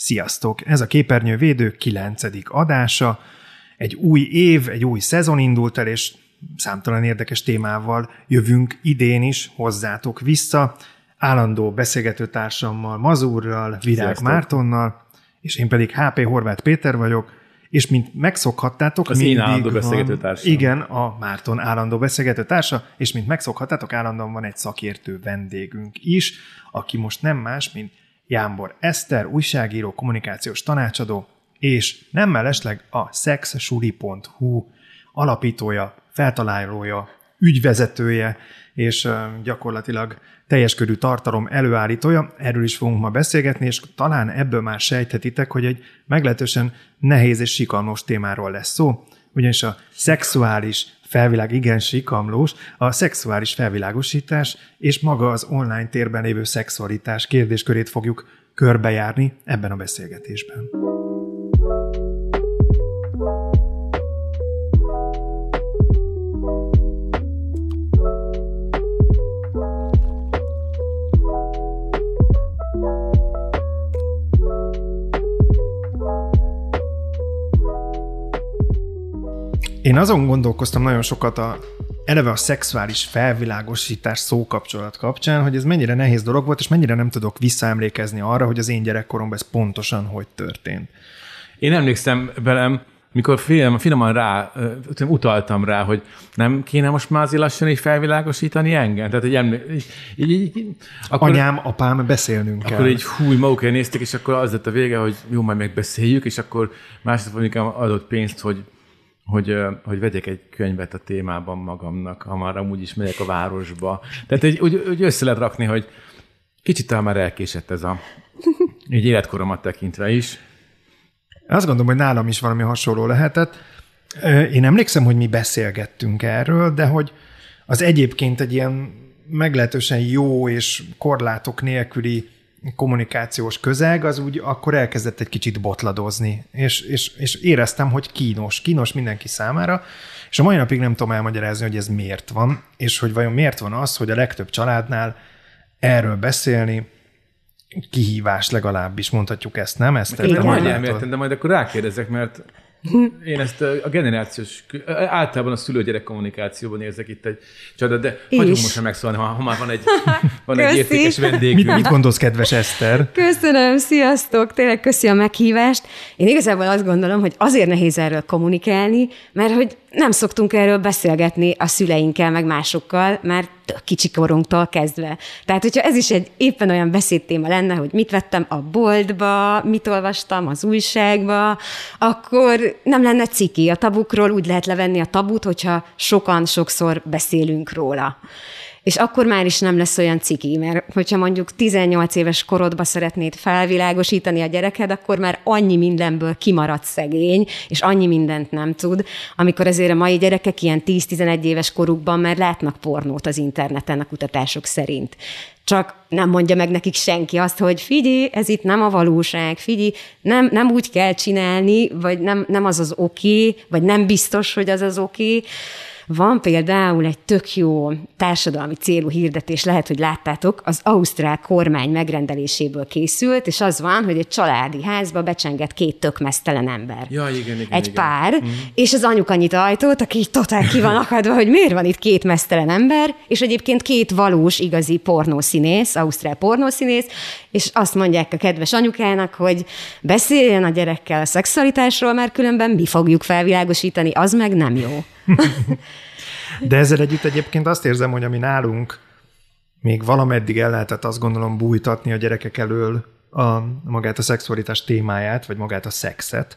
Sziasztok! Ez a Képernyővédő 9. adása. Egy új év, egy új szezon indult el, és számtalan érdekes témával jövünk idén is hozzátok vissza. Állandó beszélgetőtársammal, Mazurral, Virág Sziasztok. Mártonnal, és én pedig HP Horváth Péter vagyok, és mint megszokhattátok, az én állandó beszélgetőtársam. Igen, a Márton állandó beszélgetőtársa, és mint megszokhattátok, állandóan van egy szakértő vendégünk is, aki most nem más, mint Jámbor Eszter, újságíró, kommunikációs tanácsadó, és nem mellesleg a szexsuli.hu alapítója, feltalálója, ügyvezetője, és gyakorlatilag teljes körű tartalom előállítója. Erről is fogunk ma beszélgetni, és talán ebből már sejthetitek, hogy egy meglehetősen nehéz és sikalmos témáról lesz szó, ugyanis a szexuális felvilág, igen sikamlós, a szexuális felvilágosítás és maga az online térben lévő szexualitás kérdéskörét fogjuk körbejárni ebben a beszélgetésben. Én azon gondolkoztam nagyon sokat eleve a szexuális felvilágosítás szókapcsolat kapcsán, hogy ez mennyire nehéz dolog volt, és mennyire nem tudok visszaemlékezni arra, hogy az én gyerekkoromban ez pontosan hogy történt. Én emlékszem velem, mikor finoman utaltam rá, hogy nem kéne most már azért lassan így felvilágosítani engem? Tehát, hogy akkor, anyám, apám, beszélnünk kell. Akkor így magukért nézték, és akkor az lett a vége, hogy jó, majd megbeszéljük, és akkor másodfordulóan adott pénzt, hogy vegyek egy könyvet a témában magamnak, ha már amúgy is megyek a városba. Tehát úgy össze lehet rakni, hogy kicsit talán már elkésett ez így életkoromat tekintve is. Azt gondolom, hogy nálam is valami hasonló lehetett. Én emlékszem, hogy mi beszélgettünk erről, de hogy az egyébként egy ilyen meglehetősen jó és korlátok nélküli kommunikációs közeg, az úgy akkor elkezdett egy kicsit botladozni, és éreztem, hogy kínos mindenki számára, és a mai napig nem tudom elmagyarázni, hogy ez miért van, és hogy vajon miért van az, hogy a legtöbb családnál erről beszélni kihívás, legalábbis mondhatjuk ezt, nem? Ezt majd elmértem, de majd akkor rákérdezek, mert én ezt a generációs, általában a szülő-gyerek kommunikációban érzek itt egy csodát, de hagyjuk most megszólni, ha már van egy értékes vendégünk. Mit gondolsz, kedves Eszter? Köszönöm, sziasztok, tényleg köszi a meghívást. Én igazából azt gondolom, hogy azért nehéz erről kommunikálni, mert hogy nem szoktunk erről beszélgetni a szüleinkkel, meg másokkal, már kicsi korunktól kezdve. Tehát, hogyha ez is egy éppen olyan beszédtéma lenne, hogy mit vettem a boltba, mit olvastam az újságba, akkor nem lenne ciki. A tabukról úgy lehet levenni a tabut, hogyha sokszor beszélünk róla. És akkor már is nem lesz olyan ciki, mert hogyha mondjuk 18 éves korodba szeretnéd felvilágosítani a gyereked, akkor már annyi mindenből kimarad szegény, és annyi mindent nem tud, amikor azért a mai gyerekek ilyen 10-11 éves korukban már látnak pornót az interneten a kutatások szerint. Csak nem mondja meg nekik senki azt, hogy figyelj, ez itt nem a valóság, figyelj, nem úgy kell csinálni, vagy nem az az oké, vagy nem biztos, hogy az az oké. Van például egy tök jó társadalmi célú hirdetés, lehet, hogy láttátok, az ausztrál kormány megrendeléséből készült, és az van, hogy egy családi házba becsenget 2 tök meztelen ember. Ja, igen. Egy pár, és az anyuka nyit ajtót, aki totál ki van akadva, hogy miért van itt 2 meztelen ember, és egyébként 2 valós, igazi pornószínész, ausztrál pornószínész, és azt mondják a kedves anyukának, hogy beszéljen a gyerekkel a szexualitásról, mert különben mi fogjuk felvilágosítani, az meg nem jó. De ezzel együtt egyébként azt érzem, hogy ami nálunk még valameddig el lehetett, azt gondolom, bújtatni a gyerekek elől magát a szexualitás témáját, vagy magát a szexet,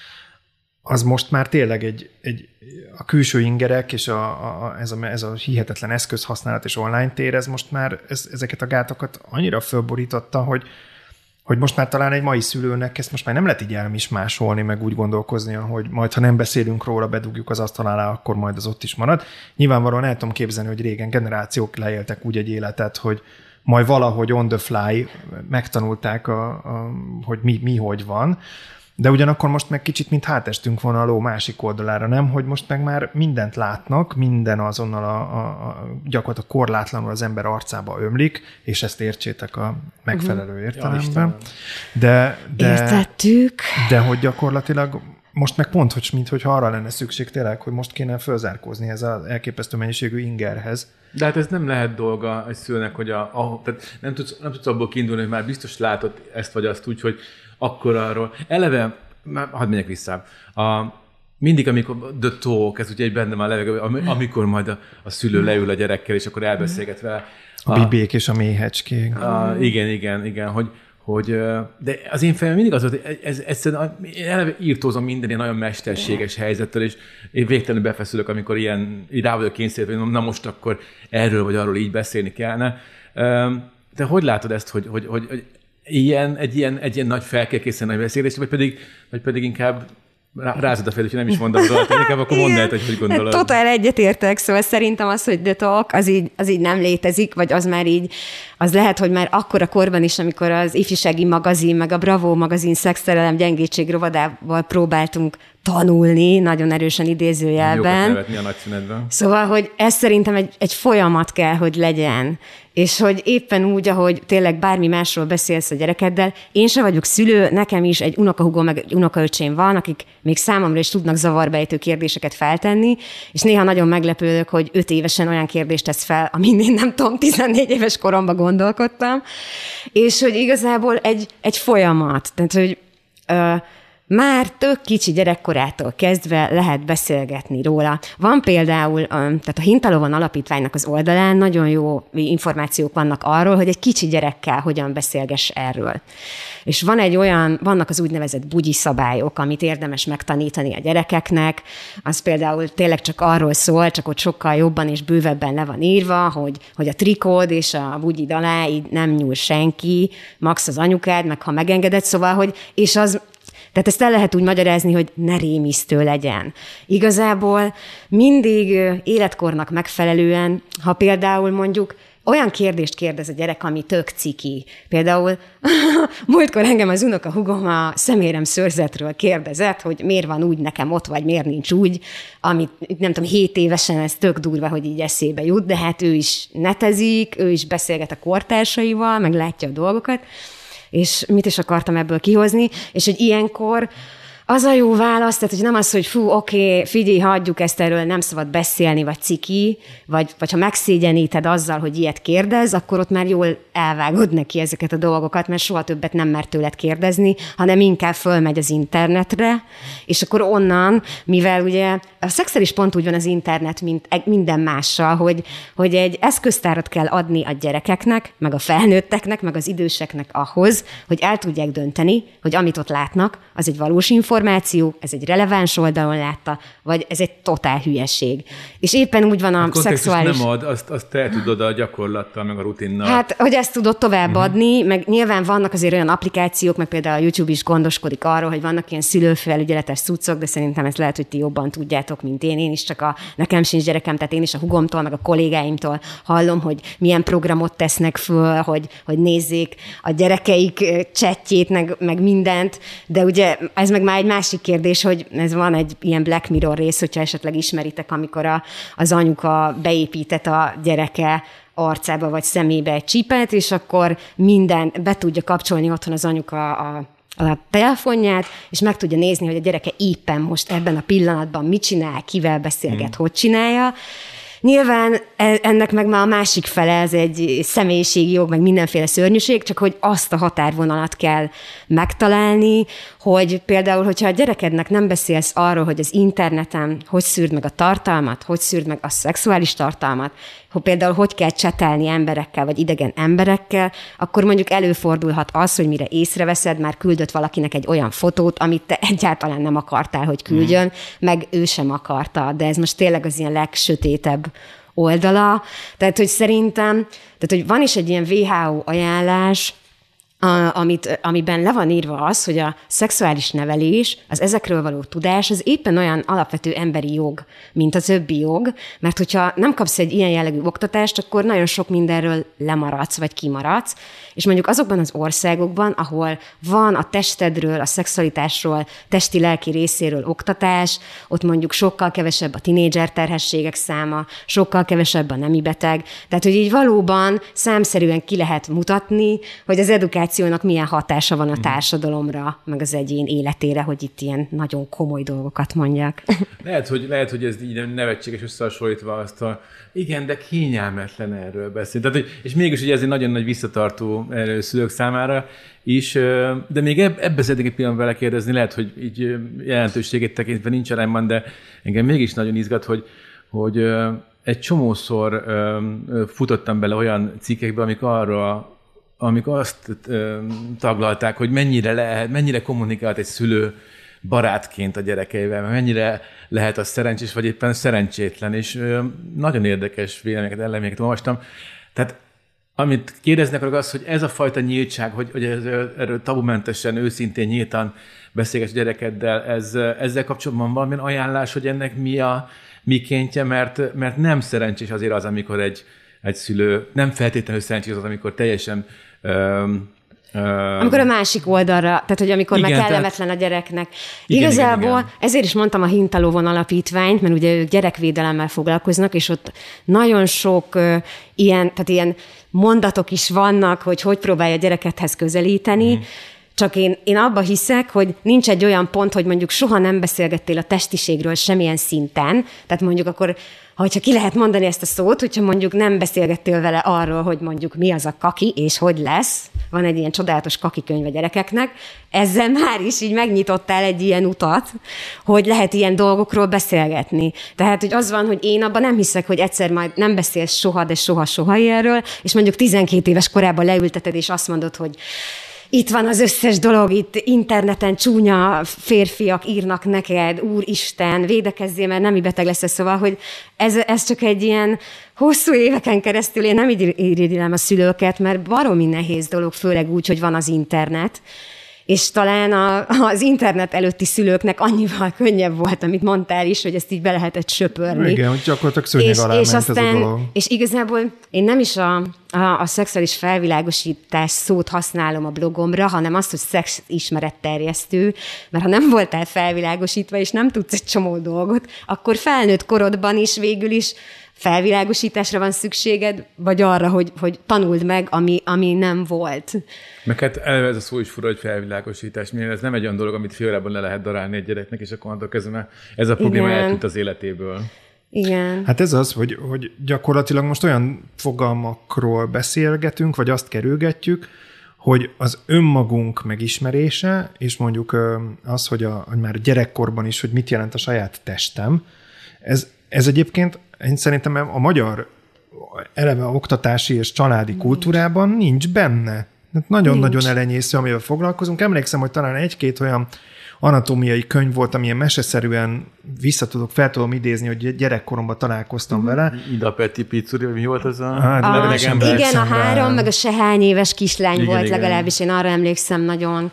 az most már tényleg a külső ingerek és ez a hihetetlen eszközhasználat és online tér, ez most már ezeket a gátokat annyira fölborította, hogy most már talán egy mai szülőnek ezt most már nem lehet így elmismásolni, meg úgy gondolkozni, hogy majd, ha nem beszélünk róla, bedugjuk az asztal alá, akkor majd az ott is marad. Nyilvánvalóan el tudom képzelni, hogy régen generációk leéltek úgy egy életet, hogy majd valahogy on the fly megtanulták, hogy mi hogy van, De ugyanakkor most meg kicsit, mint hátestünk volna a ló másik oldalára, nem? Hogy most meg már mindent látnak, minden azonnal gyakorlatilag korlátlanul az ember arcába ömlik, és ezt értsétek a megfelelő értelemben. Értettük. De hogy gyakorlatilag most meg pont, hogy minthogyha arra lenne szükség tényleg, hogy most kéne fölzárkózni ez az elképesztő mennyiségű ingerhez. De hát ez nem lehet dolga egy szülőnek, hogy tehát nem tudsz abból kiindulni, hogy már biztos látod ezt vagy azt úgy, hogy akkor arról. Eleve, hadd menjek vissza. Mindig, amikor the talk, ez ugye egy benne van a levegő, amikor majd a szülő leül a gyerekkel, és akkor elbeszélget vele. A bibék és a méhecskék. Igen, hogy de az én fejem mindig az volt, hogy ez egyszerűen eleve írtózom minden ilyen nagyon mesterséges helyzettel, és én végtelenül befeszülök, amikor így rá vagyok kényszerítve, hogy na most akkor erről vagy arról így beszélni kellene. De hogy látod ezt, hogy egy ilyen nagy felkészíteni nagy beszélés, vagy pedig inkább rázod a fejed, hogy nem is mondom róla, inkább akkor mondd el, hogy gondolod. Totál egyetértek, szóval szerintem az, hogy the talk, az így nem létezik, vagy az már így, az lehet, hogy már akkora korban is, amikor az ifjúsági magazin, meg a Bravo magazin szexszerelem gyengétség rovadával próbáltunk tanulni, nagyon erősen idézőjelben. Jókat nevetni a nagyszünetben. Szóval, hogy ez szerintem egy folyamat kell, hogy legyen. És hogy éppen úgy, ahogy tényleg bármi másról beszélsz a gyerekeddel, én se vagyok szülő, nekem is egy unokahúgom, meg egy unokaöcsém van, akik még számomra is tudnak zavarbejtő kérdéseket feltenni, és néha nagyon meglepődök, hogy 5 évesen olyan kérdést tesz fel, amin én nem tudom, 14 éves koromban gondolkodtam, és hogy igazából egy folyamat. Tehát, hogy már tök kicsi gyerekkorától kezdve lehet beszélgetni róla. Van például, tehát a Hintalovon alapítványnak az oldalán nagyon jó információk vannak arról, hogy egy kicsi gyerekkel hogyan beszélgess erről. És vannak az úgynevezett bugyi szabályok, amit érdemes megtanítani a gyerekeknek. Az például tényleg csak arról szól, csak ott sokkal jobban és bővebben le van írva, hogy a trikód és a bugyid alá így nem nyúl senki, max az anyukád, meg ha megengeded, szóval, hogy tehát ezt el lehet úgy magyarázni, hogy ne rémisztő legyen. Igazából mindig életkornak megfelelően, ha például mondjuk olyan kérdést kérdez a gyerek, ami tök ciki. Például múltkor engem az unokahúgom a szemérem szőrzetről kérdezett, hogy miért van úgy nekem ott, vagy miért nincs úgy, amit nem tudom, 7 évesen ez tök durva, hogy így eszébe jut, de hát ő is netezik, ő is beszélget a kortársaival, meg látja a dolgokat, és mit is akartam ebből kihozni, és hogy ilyenkor az a jó válasz, tehát hogy nem az, hogy oké, figyelj, hagyjuk ezt, erről nem szabad beszélni, vagy ciki, vagy ha megszégyeníted azzal, hogy ilyet kérdez, akkor ott már jól elvágod neki ezeket a dolgokat, mert soha többet nem mer tőled kérdezni, hanem inkább fölmegy az internetre, és akkor onnan, mivel ugye a szexel is pont úgy van az internet, mint minden mással, hogy egy eszköztárat kell adni a gyerekeknek, meg a felnőtteknek, meg az időseknek ahhoz, hogy el tudják dönteni, hogy amit ott látnak, az egy valós információ, ez egy releváns oldalon látta, vagy ez egy totál hülyeség. És éppen úgy van a szexuális... nem ad, azt te tudod a gyakorlattal, meg a rutinnal. Hát, hogy ezt tudod továbbadni, meg nyilván vannak azért olyan applikációk, meg például a YouTube is gondoskodik arról, hogy vannak ilyen szülőfelügyeletes cuccok, de szerintem ezt lehet, hogy ti jobban tudjátok, mint én. Én is csak nekem sincs gyerekem, tehát én is a hugomtól, meg a kollégáimtól hallom, hogy milyen programot tesznek föl, hogy nézzék a gyerekeik chatjét, meg mindent, de ugye ez meg már egy másik kérdés, hogy ez van egy ilyen Black Mirror rész, hogyha esetleg ismeritek, amikor az anyuka beépített a gyereke arcába vagy szemébe egy csipet, és akkor minden be tudja kapcsolni otthon az anyuka a telefonját, és meg tudja nézni, hogy a gyereke éppen most ebben a pillanatban mit csinál, kivel beszélget, hogy csinálja. Nyilván ennek meg már a másik fele, ez egy személyiségi jog, meg mindenféle szörnyűség, csak hogy azt a határvonalat kell megtalálni, hogy például, hogyha a gyerekednek nem beszélsz arról, hogy az interneten hogy szűrd meg a tartalmat, hogy szűrd meg a szexuális tartalmat, hogy például hogy kell csetelni emberekkel, vagy idegen emberekkel, akkor mondjuk előfordulhat az, hogy mire észreveszed, már küldött valakinek egy olyan fotót, amit te egyáltalán nem akartál, hogy küldjön, meg ő sem akarta, de ez most tényleg az ilyen legsötétebb oldala. Tehát, hogy szerintem, hogy van is egy ilyen WHO ajánlás, amiben le van írva az, hogy a szexuális nevelés, az ezekről való tudás, az éppen olyan alapvető emberi jog, mint a többi jog, mert hogyha nem kapsz egy ilyen jellegű oktatást, akkor nagyon sok mindenről lemaradsz, vagy kimaradsz, és mondjuk azokban az országokban, ahol van a testedről, a szexualitásról, testi-lelki részéről oktatás, ott mondjuk sokkal kevesebb a tinédzser terhességek száma, sokkal kevesebb a nemi beteg, tehát hogy így valóban számszerűen ki lehet mutatni, hogy az edukációnak milyen hatása van a társadalomra, meg az egyén életére, hogy itt ilyen nagyon komoly dolgokat mondjak. Lehet, hogy ez így nevetséges összehasonlítva azt igen, de kényelmetlen erről beszélni. Tehát, és mégis ugye ez egy nagyon nagy visszatartó szülők számára is, de még ebbe szeretnék egy pillanatban belekérdezni, lehet, hogy így jelentőségét tekintve nincs arányban, de engem mégis nagyon izgat, hogy egy csomószor futottam bele olyan cikkekbe, amik azt taglalták, hogy mennyire kommunikálhat egy szülő barátként a gyerekeivel, mennyire lehet az szerencsés, vagy éppen szerencsétlen, és nagyon érdekes véleményeket, ellenményeket olvastam. Tehát amit kérdezni akarok az, hogy ez a fajta nyíltság, hogy erről tabumentesen, őszintén, nyíltan beszélges a gyerekeddel, ezzel kapcsolatban valamilyen ajánlás, hogy ennek mi a mikéntje, mert nem szerencsés azért az, amikor egy szülő, nem feltétlenül szerencsés az, amikor teljesen amikor a másik oldalra, tehát hogy amikor igen, meg kellemetlen a gyereknek. Igazából ezért is mondtam a Hintalovon alapítványt, mert ugye ők gyerekvédelemmel foglalkoznak, és ott nagyon sok ilyen mondatok is vannak, hogy próbálja a gyerekethez közelíteni, csak én abba hiszek, hogy nincs egy olyan pont, hogy mondjuk soha nem beszélgettél a testiségről semmilyen szinten, tehát mondjuk akkor, hogyha ki lehet mondani ezt a szót, hogyha mondjuk nem beszélgettél vele arról, hogy mondjuk mi az a kaki, és hogy lesz, van egy ilyen csodálatos kaki könyv a gyerekeknek, ezzel már is így megnyitottál egy ilyen utat, hogy lehet ilyen dolgokról beszélgetni. Tehát, hogy az van, hogy én abban nem hiszek, hogy egyszer majd nem beszélsz soha, de soha ilyenről, és mondjuk 12 éves korában leülteted, és azt mondod, hogy itt van az összes dolog, itt interneten csúnya férfiak írnak neked, úristen, védekezzél, mert nemi beteg lesz, szóval, hogy ez csak egy ilyen hosszú éveken keresztül, én nem irigylem a szülőket, mert baromi nehéz dolog, főleg úgy, hogy van az internet, és talán az internet előtti szülőknek annyival könnyebb volt, amit mondtál is, hogy ezt így be lehetett söpörni. Igen, hogy gyakorlatilag szőnyeg alá ment ez a dolog. És igazából én nem is a szexuális felvilágosítás szót használom a blogomra, hanem azt, hogy szexismeretterjesztő, mert ha nem voltál felvilágosítva, és nem tudsz egy csomó dolgot, akkor felnőtt korodban is végül is felvilágosításra van szükséged, vagy arra, hogy tanuld meg, ami nem volt. Meg hát eleve ez a szó is fura, hogy felvilágosítás, mivel ez nem egy olyan dolog, amit félrában le lehet darálni egy gyereknek, és akkor annak kezdve ez a probléma eltűnt az életéből. Igen. Hát ez az, hogy gyakorlatilag most olyan fogalmakról beszélgetünk, vagy azt kerülgetjük, hogy az önmagunk megismerése, és mondjuk az, hogy már gyerekkorban is, hogy mit jelent a saját testem, ez egyébként én szerintem a magyar eleve oktatási és családi kultúrában nincs benne. Nagyon-nagyon elenyésző, amivel foglalkozunk. Emlékszem, hogy talán egy-két olyan anatómiai könyv volt, amilyen meseszerűen fel tudom idézni, hogy gyerekkoromban találkoztam vele. Ida Peti Pizzuri, mi volt az igen, a 3, meg a sehány éves kislány volt, legalábbis én arra emlékszem nagyon.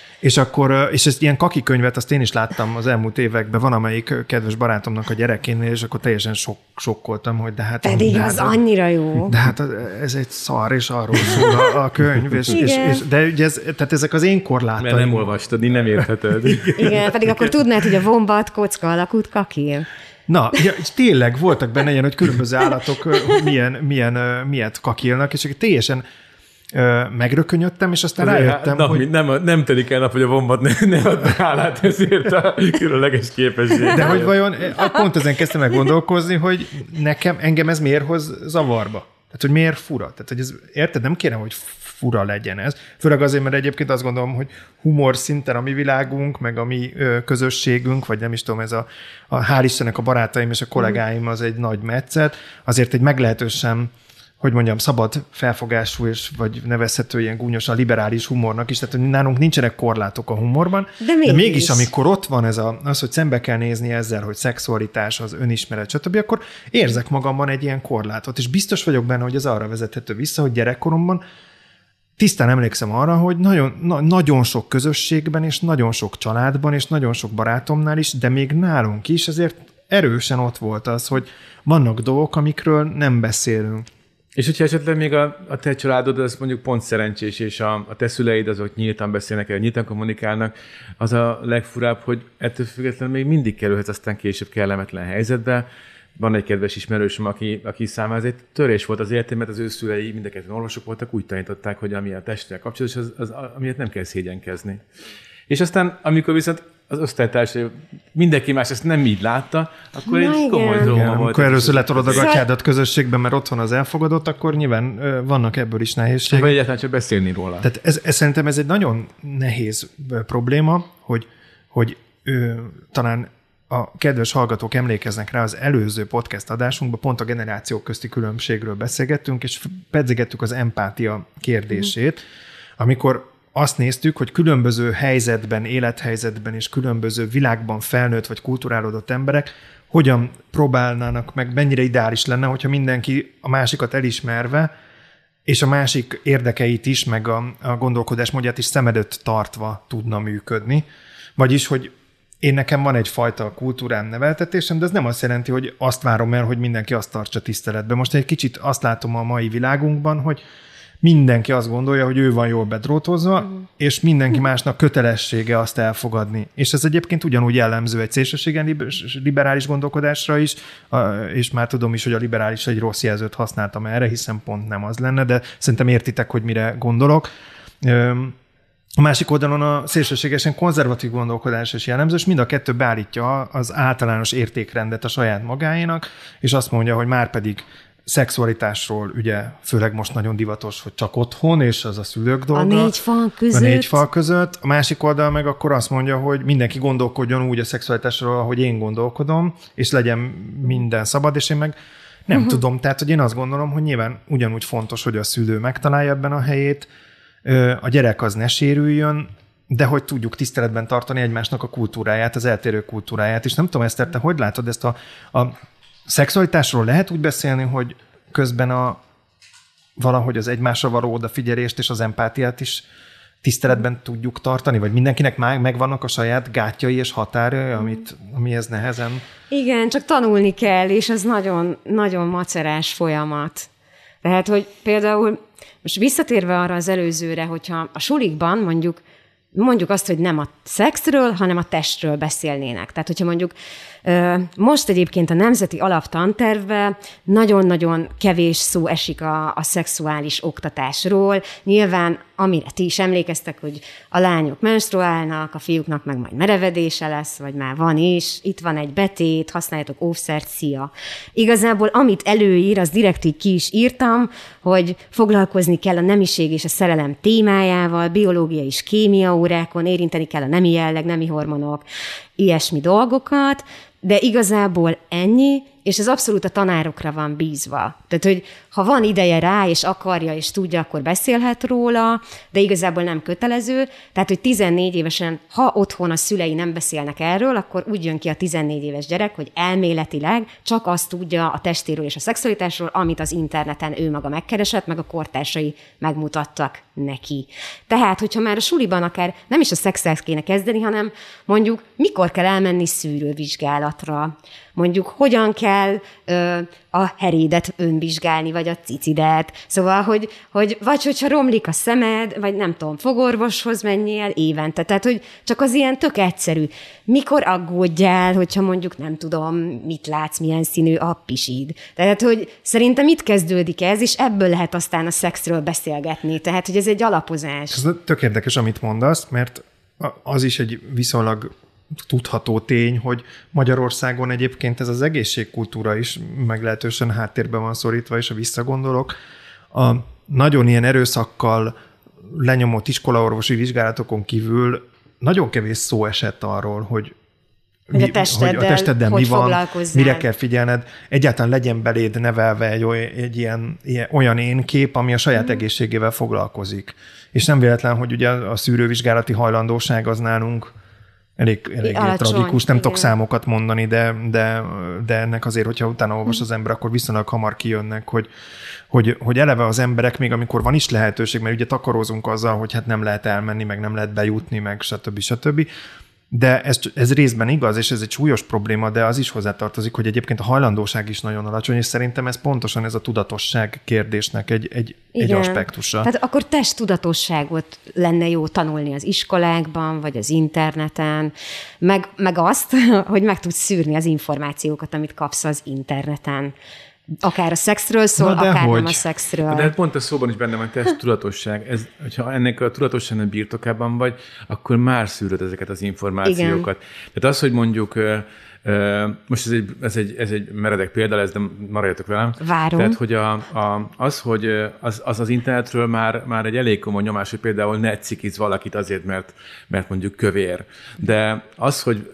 És ezt ilyen kaki könyvet, azt én is láttam az elmúlt években, van amelyik kedves barátomnak a gyerekénél, és akkor teljesen sokkoltam, hogy de hát... Pedig az annyira jó. De hát ez egy szar, és arról szól a könyv, de ugye tehát ezek az én korlátaim. Mert nem olvastad, így nem értheted. Igen, pedig akkor tudnád, hogy a vombat kocka alakút kakil. Na, ja, és voltak benne ilyen, hogy különböző állatok milyet kakilnak, és teljesen megrökönyöttem, és aztán rájöttem, hogy... Nem telik el nap, hogy a vombat ne ad hálát ezért a különleges képesség. De hogy vajon, pont ezen kezdtem meg gondolkozni, hogy engem ez miért hoz zavarba? Tehát, hogy miért fura? Tehát, hogy érted, nem kérem, hogy fura legyen ez. Főleg azért, mert egyébként azt gondolom, hogy humor szinten a mi világunk, meg a mi közösségünk, vagy nem is tudom, ez hál' Istennek a barátaim és a kollégáim az egy nagy metszet, azért egy meglehetősen, hogy mondjam, szabad felfogású, és vagy nevezhető ilyen gúnyosan liberális humornak is, tehát hogy nálunk nincsenek korlátok a humorban, de mégis amikor ott van az, hogy szembe kell nézni ezzel, hogy szexualitás, az önismeret, stb., akkor érzek magamban egy ilyen korlátot, és biztos vagyok benne, hogy ez arra vezethető vissza, hogy gyerekkoromban tisztán emlékszem arra, hogy nagyon sok közösségben, és nagyon sok családban, és nagyon sok barátomnál is, de még nálunk is azért erősen ott volt az, hogy vannak dolgok, amikről nem beszélünk. És hogyha esetleg még a te családod, az mondjuk pont szerencsés, és a te szüleid azok nyíltan beszélnek el, nyíltan kommunikálnak, az a legfurább, hogy ettől függetlenül még mindig kerülhetsz aztán később kellemetlen helyzetbe. Van egy kedves ismerősöm, aki számára ez egy törés volt az életén, mert az ő szülei mind a ketten orvosok voltak, úgy tanították, hogy ami a testtel kapcsolatos, az amiért nem kell szégyenkezni. És aztán, amikor viszont az osztálytársai, mindenki más ezt nem így látta, akkor egy komoly dróma volt. Amikor először letolod a gatyádat közösségben, mert ott van az elfogadott, akkor nyilván vannak ebből is nehézségek. Vagy egyáltalán csak beszélni róla. Tehát szerintem ez egy nagyon nehéz probléma, hogy talán a kedves hallgatók emlékeznek rá, az előző podcast adásunkban pont a generációk közti különbségről beszélgettünk, és pedzegettük az empátia kérdését, amikor azt néztük, hogy különböző helyzetben, élethelyzetben és különböző világban felnőtt vagy kulturálódott emberek hogyan próbálnának meg, mennyire ideális lenne, hogyha mindenki a másikat elismerve, és a másik érdekeit is, meg a gondolkodásmódját is szem előtt tartva tudna működni. Vagyis, hogy nekem van egyfajta kultúrán neveltetésem, de ez nem azt jelenti, hogy azt várom el, hogy mindenki azt tartsa tiszteletben. Most egy kicsit azt látom a mai világunkban, hogy mindenki azt gondolja, hogy ő van jól bedrótozva, és mindenki másnak kötelessége azt elfogadni. És ez egyébként ugyanúgy jellemző egy szélsőségen liberális gondolkodásra is, és már tudom is, hogy a liberális egy rossz jelzőt használtam erre, hiszen pont nem az lenne, de szerintem értitek, hogy mire gondolok. A másik oldalon a szélsőségesen konzervatív gondolkodás is jellemző, és mind a kettő beállítja az általános értékrendet a saját magáénak, és azt mondja, hogy már pedig szexualitásról, ugye főleg most nagyon divatos, hogy csak otthon, és az a szülők dolga. A négy fal között. A másik oldal meg akkor azt mondja, hogy mindenki gondolkodjon úgy a szexualitásról, ahogy én gondolkodom, és legyen minden szabad, és én meg nem tudom. Tehát, hogy én azt gondolom, hogy nyilván ugyanúgy fontos, hogy a szülő megtalálja ebben a helyét, a gyerek az ne sérüljön, de hogy tudjuk tiszteletben tartani egymásnak a kultúráját, az eltérő kultúráját. És nem tudom, Eszter, te hogy látod ezt a szexualitásról lehet úgy beszélni, hogy közben valahogy az egymásra való odafigyelést és az empátiát is tiszteletben tudjuk tartani? Vagy mindenkinek már megvannak a saját gátjai és határai, amihez nehezen? Igen, csak tanulni kell, és ez nagyon, nagyon macerás folyamat. Tehát, hogy például most visszatérve arra az előzőre, hogyha a sulikban mondjuk azt, hogy nem a szexről, hanem a testről beszélnének. Tehát, hogyha mondjuk most egyébként a Nemzeti Alaptantervben nagyon-nagyon kevés szó esik a szexuális oktatásról. Nyilván, amire ti is emlékeztek, hogy a lányok menstruálnak, a fiúknak meg majd merevedése lesz, vagy már van is, itt van egy betét, használjatok óvszert, szia. Igazából, amit előír, az direkt így ki is írtam, hogy foglalkozni kell a nemiség és a szerelem témájával, biológia és kémia órákon, érinteni kell a nemi jelleg, nemi hormonok, ilyesmi dolgokat, de igazából ennyi, és ez abszolút a tanárokra van bízva. Tehát, hogy ha van ideje rá, és akarja, és tudja, akkor beszélhet róla, de igazából nem kötelező. Tehát, hogy 14 évesen, ha otthon a szülei nem beszélnek erről, akkor úgy jön ki a 14 éves gyerek, hogy elméletileg csak azt tudja a testéről és a szexualitásról, amit az interneten ő maga megkeresett, meg a kortársai megmutattak neki. Tehát, hogyha már a suliban akár nem is a szexel kéne kezdeni, hanem mondjuk mikor kell elmenni szűrővizsgálatra, mondjuk hogyan kell a herédet önvizsgálni, vagy a cicidet. Szóval, hogy vagy hogyha romlik a szemed, vagy nem tudom, fogorvoshoz menjél évente. Tehát, hogy csak az ilyen tök egyszerű. Mikor aggódjál, hogyha mondjuk nem tudom, mit látsz, milyen színű a pisid. Tehát, hogy szerintem itt kezdődik ez, és ebből lehet aztán a szexről beszélgetni. Tehát, hogy ez egy alapozás. Ez tök érdekes, amit mondasz, mert az is egy viszonylag tudható tény, hogy Magyarországon egyébként ez az egészségkultúra is meglehetősen háttérben van szorítva, és ha visszagondolok, a nagyon ilyen erőszakkal lenyomott iskolaorvosi vizsgálatokon kívül nagyon kevés szó esett arról, hogy a testeddel mi van, mire kell figyelned, egyáltalán legyen beléd nevelve egy ilyen olyan én kép, ami a saját egészségével foglalkozik. És nem véletlen, hogy ugye a szűrővizsgálati hajlandóság az nálunk elég tragikus. Nem tudok számokat mondani, de ennek azért, hogyha utána olvas az ember, akkor viszonylag hamar kijönnek, hogy eleve az emberek, még amikor van is lehetőség, mert ugye takarózunk azzal, hogy hát nem lehet elmenni, meg nem lehet bejutni, meg stb. De ez részben igaz, és ez egy súlyos probléma, de az is hozzátartozik, hogy egyébként a hajlandóság is nagyon alacsony, és szerintem ez pontosan ez a tudatosság kérdésnek egy aspektusa. Tehát akkor testtudatosságot lenne jó tanulni az iskolákban, vagy az interneten, meg azt, hogy meg tudsz szűrni az információkat, amit kapsz az interneten. Akár a szexről szól, akár nem a szexről. De pont a szóban is benne van testtudatosság. Hogyha ennek a tudatosságnak birtokában vagy, akkor már szűröd ezeket az információkat. Igen. Tehát az, hogy mondjuk, most ez egy meredek példa lesz, de maradjatok velem. Várom. Tehát, hogy az internetről már egy elég komoly nyomás, hogy például ne cikiz valakit azért, mert mondjuk kövér. De az, hogy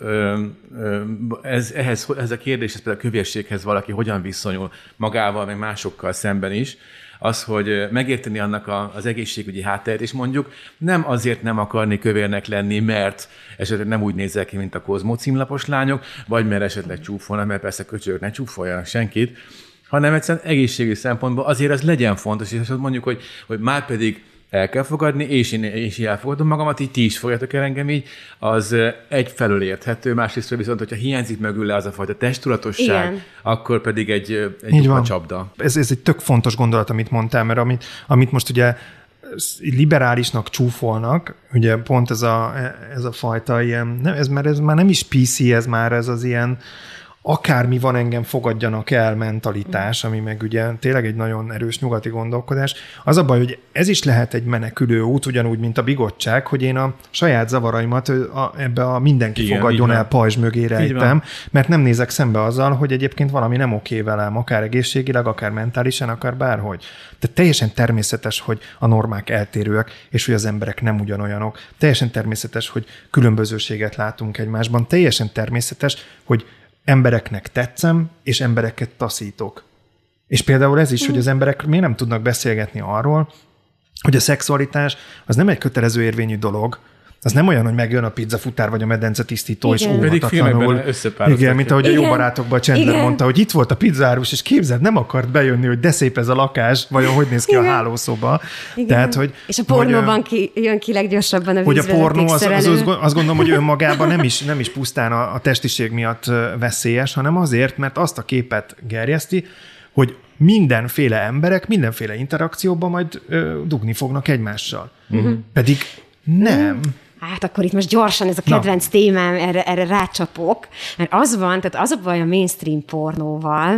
ez a kérdés, ez például a kövérséghez valaki hogyan viszonyul magával, meg másokkal szemben is, az, hogy megérteni annak az egészségügyi hátteret, és mondjuk nem azért nem akarni kövérnek lenni, mert esetleg nem úgy nézel ki, mint a Kozmó címlapos lányok, vagy mert esetleg csúfolnak, mert persze köcsögök ne csúfoljanak senkit, hanem egyszerűen egészségügyi szempontból azért az legyen fontos, és azt mondjuk, hogy már pedig el kell fogadni, és én elfogadom magamat, így ti is fogadjatok el engem így, az egyfelől érthető, másrészt viszont, hogyha hiányzik mögüle az a fajta testtudatosság, akkor pedig egy dupla csapda. Ez egy tök fontos gondolat, amit mondtál, mert amit most ugye liberálisnak csúfolnak, ugye pont ez a fajta ilyen, ez már nem is PC, ez már ez az ilyen akármi van, engem fogadjanak el mentalitás, ami meg ugye tényleg egy nagyon erős nyugati gondolkodás. Az a baj, hogy ez is lehet egy menekülő út, ugyanúgy, mint a bigottság, hogy én a saját zavaraimat ebbe a mindenki fogadjon el pajzs mögé rejtem, mert nem nézek szembe azzal, hogy egyébként valami nem oké velem, akár egészségileg, akár mentálisan, akár bárhogy. Tehát teljesen természetes, hogy a normák eltérőek, és hogy az emberek nem ugyanolyanok. Teljesen természetes, hogy különbözőséget látunk egymásban. Teljesen természetes, hogy embereknek tetszem, és embereket taszítok. És például ez is, hogy az emberek miért nem tudnak beszélgetni arról, hogy a szexualitás az nem egy kötelező érvényű dolog, az nem olyan, hogy megjön a pizzafutár vagy a medencetisztító, és óvatatlanul. Igen, mint ahogy a Jó barátokban Chandler mondta, hogy itt volt a pizzárus, és képzeld, nem akart bejönni, hogy de szép ez a lakás, vajon hogy néz ki a hálószoba. Tehát, és a pornóban jön ki leggyorsabban a vízvezeték. Hogy a pornó, azt gondolom, hogy önmagában nem is pusztán a testiség miatt veszélyes, hanem azért, mert azt a képet gerjeszti, hogy mindenféle emberek, mindenféle interakcióban majd dugni fognak egymással. Pedig nem. Hát akkor itt most gyorsan ez a kedvenc témám, erre rácsapok, mert az van, tehát az a baj a mainstream pornóval,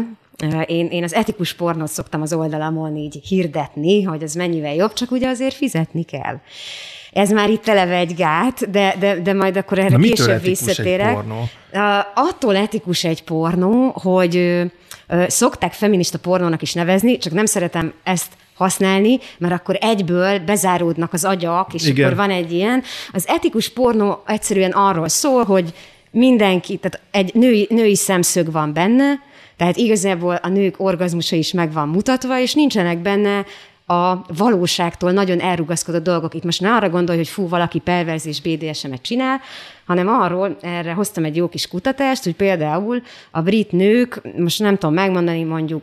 én az etikus pornót szoktam az oldalamon így hirdetni, hogy ez mennyivel jobb, csak ugye azért fizetni kell. Ez már itt eleve egy gát, de majd akkor erre később visszatérek. Attól etikus egy pornó, hogy szokták feminista pornónak is nevezni, csak nem szeretem ezt használni, mert akkor egyből bezáródnak az agyak, és igen. Akkor van egy ilyen. Az etikus pornó egyszerűen arról szól, hogy mindenki, tehát egy női szemszög van benne, tehát igazából a nők orgazmusa is meg van mutatva, és nincsenek benne a valóságtól nagyon elrugaszkodott dolgok. Itt most ne arra gondolj, hogy valaki perverz és BDSM-et csinál, hanem arról, erre hoztam egy jó kis kutatást, hogy például a brit nők, most nem tudom megmondani, mondjuk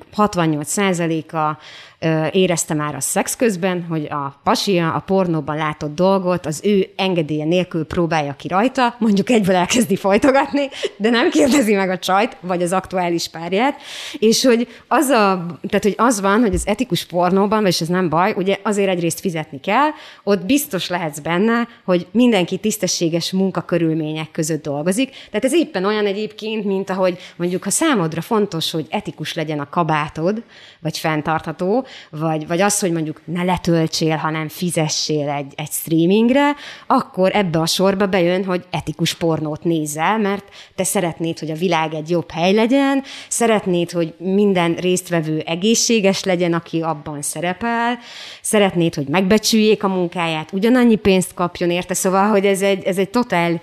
68%-a érezte már a szex közben, hogy a pasia a pornóban látott dolgot az ő engedélye nélkül próbálja ki rajta, mondjuk egyből elkezdi folytogatni, de nem kérdezi meg a csajt, vagy az aktuális párját, és hogy hogy az van, hogy az etikus pornóban, vagyis ez nem baj, ugye azért egyrészt fizetni kell, ott biztos lehetsz benne, hogy mindenki tisztességes munkakörülmények között dolgozik, tehát ez éppen olyan egyébként, mint ahogy mondjuk, ha számodra fontos, hogy etikus legyen a kabátod, vagy fenntartható, vagy az, hogy mondjuk ne letöltsél, hanem fizessél egy streamingre, akkor ebbe a sorba bejön, hogy etikus pornót nézzel, mert te szeretnéd, hogy a világ egy jobb hely legyen, szeretnéd, hogy minden résztvevő egészséges legyen, aki abban szerepel, szeretnéd, hogy megbecsüljék a munkáját, ugyanannyi pénzt kapjon érte, szóval, hogy ez egy totál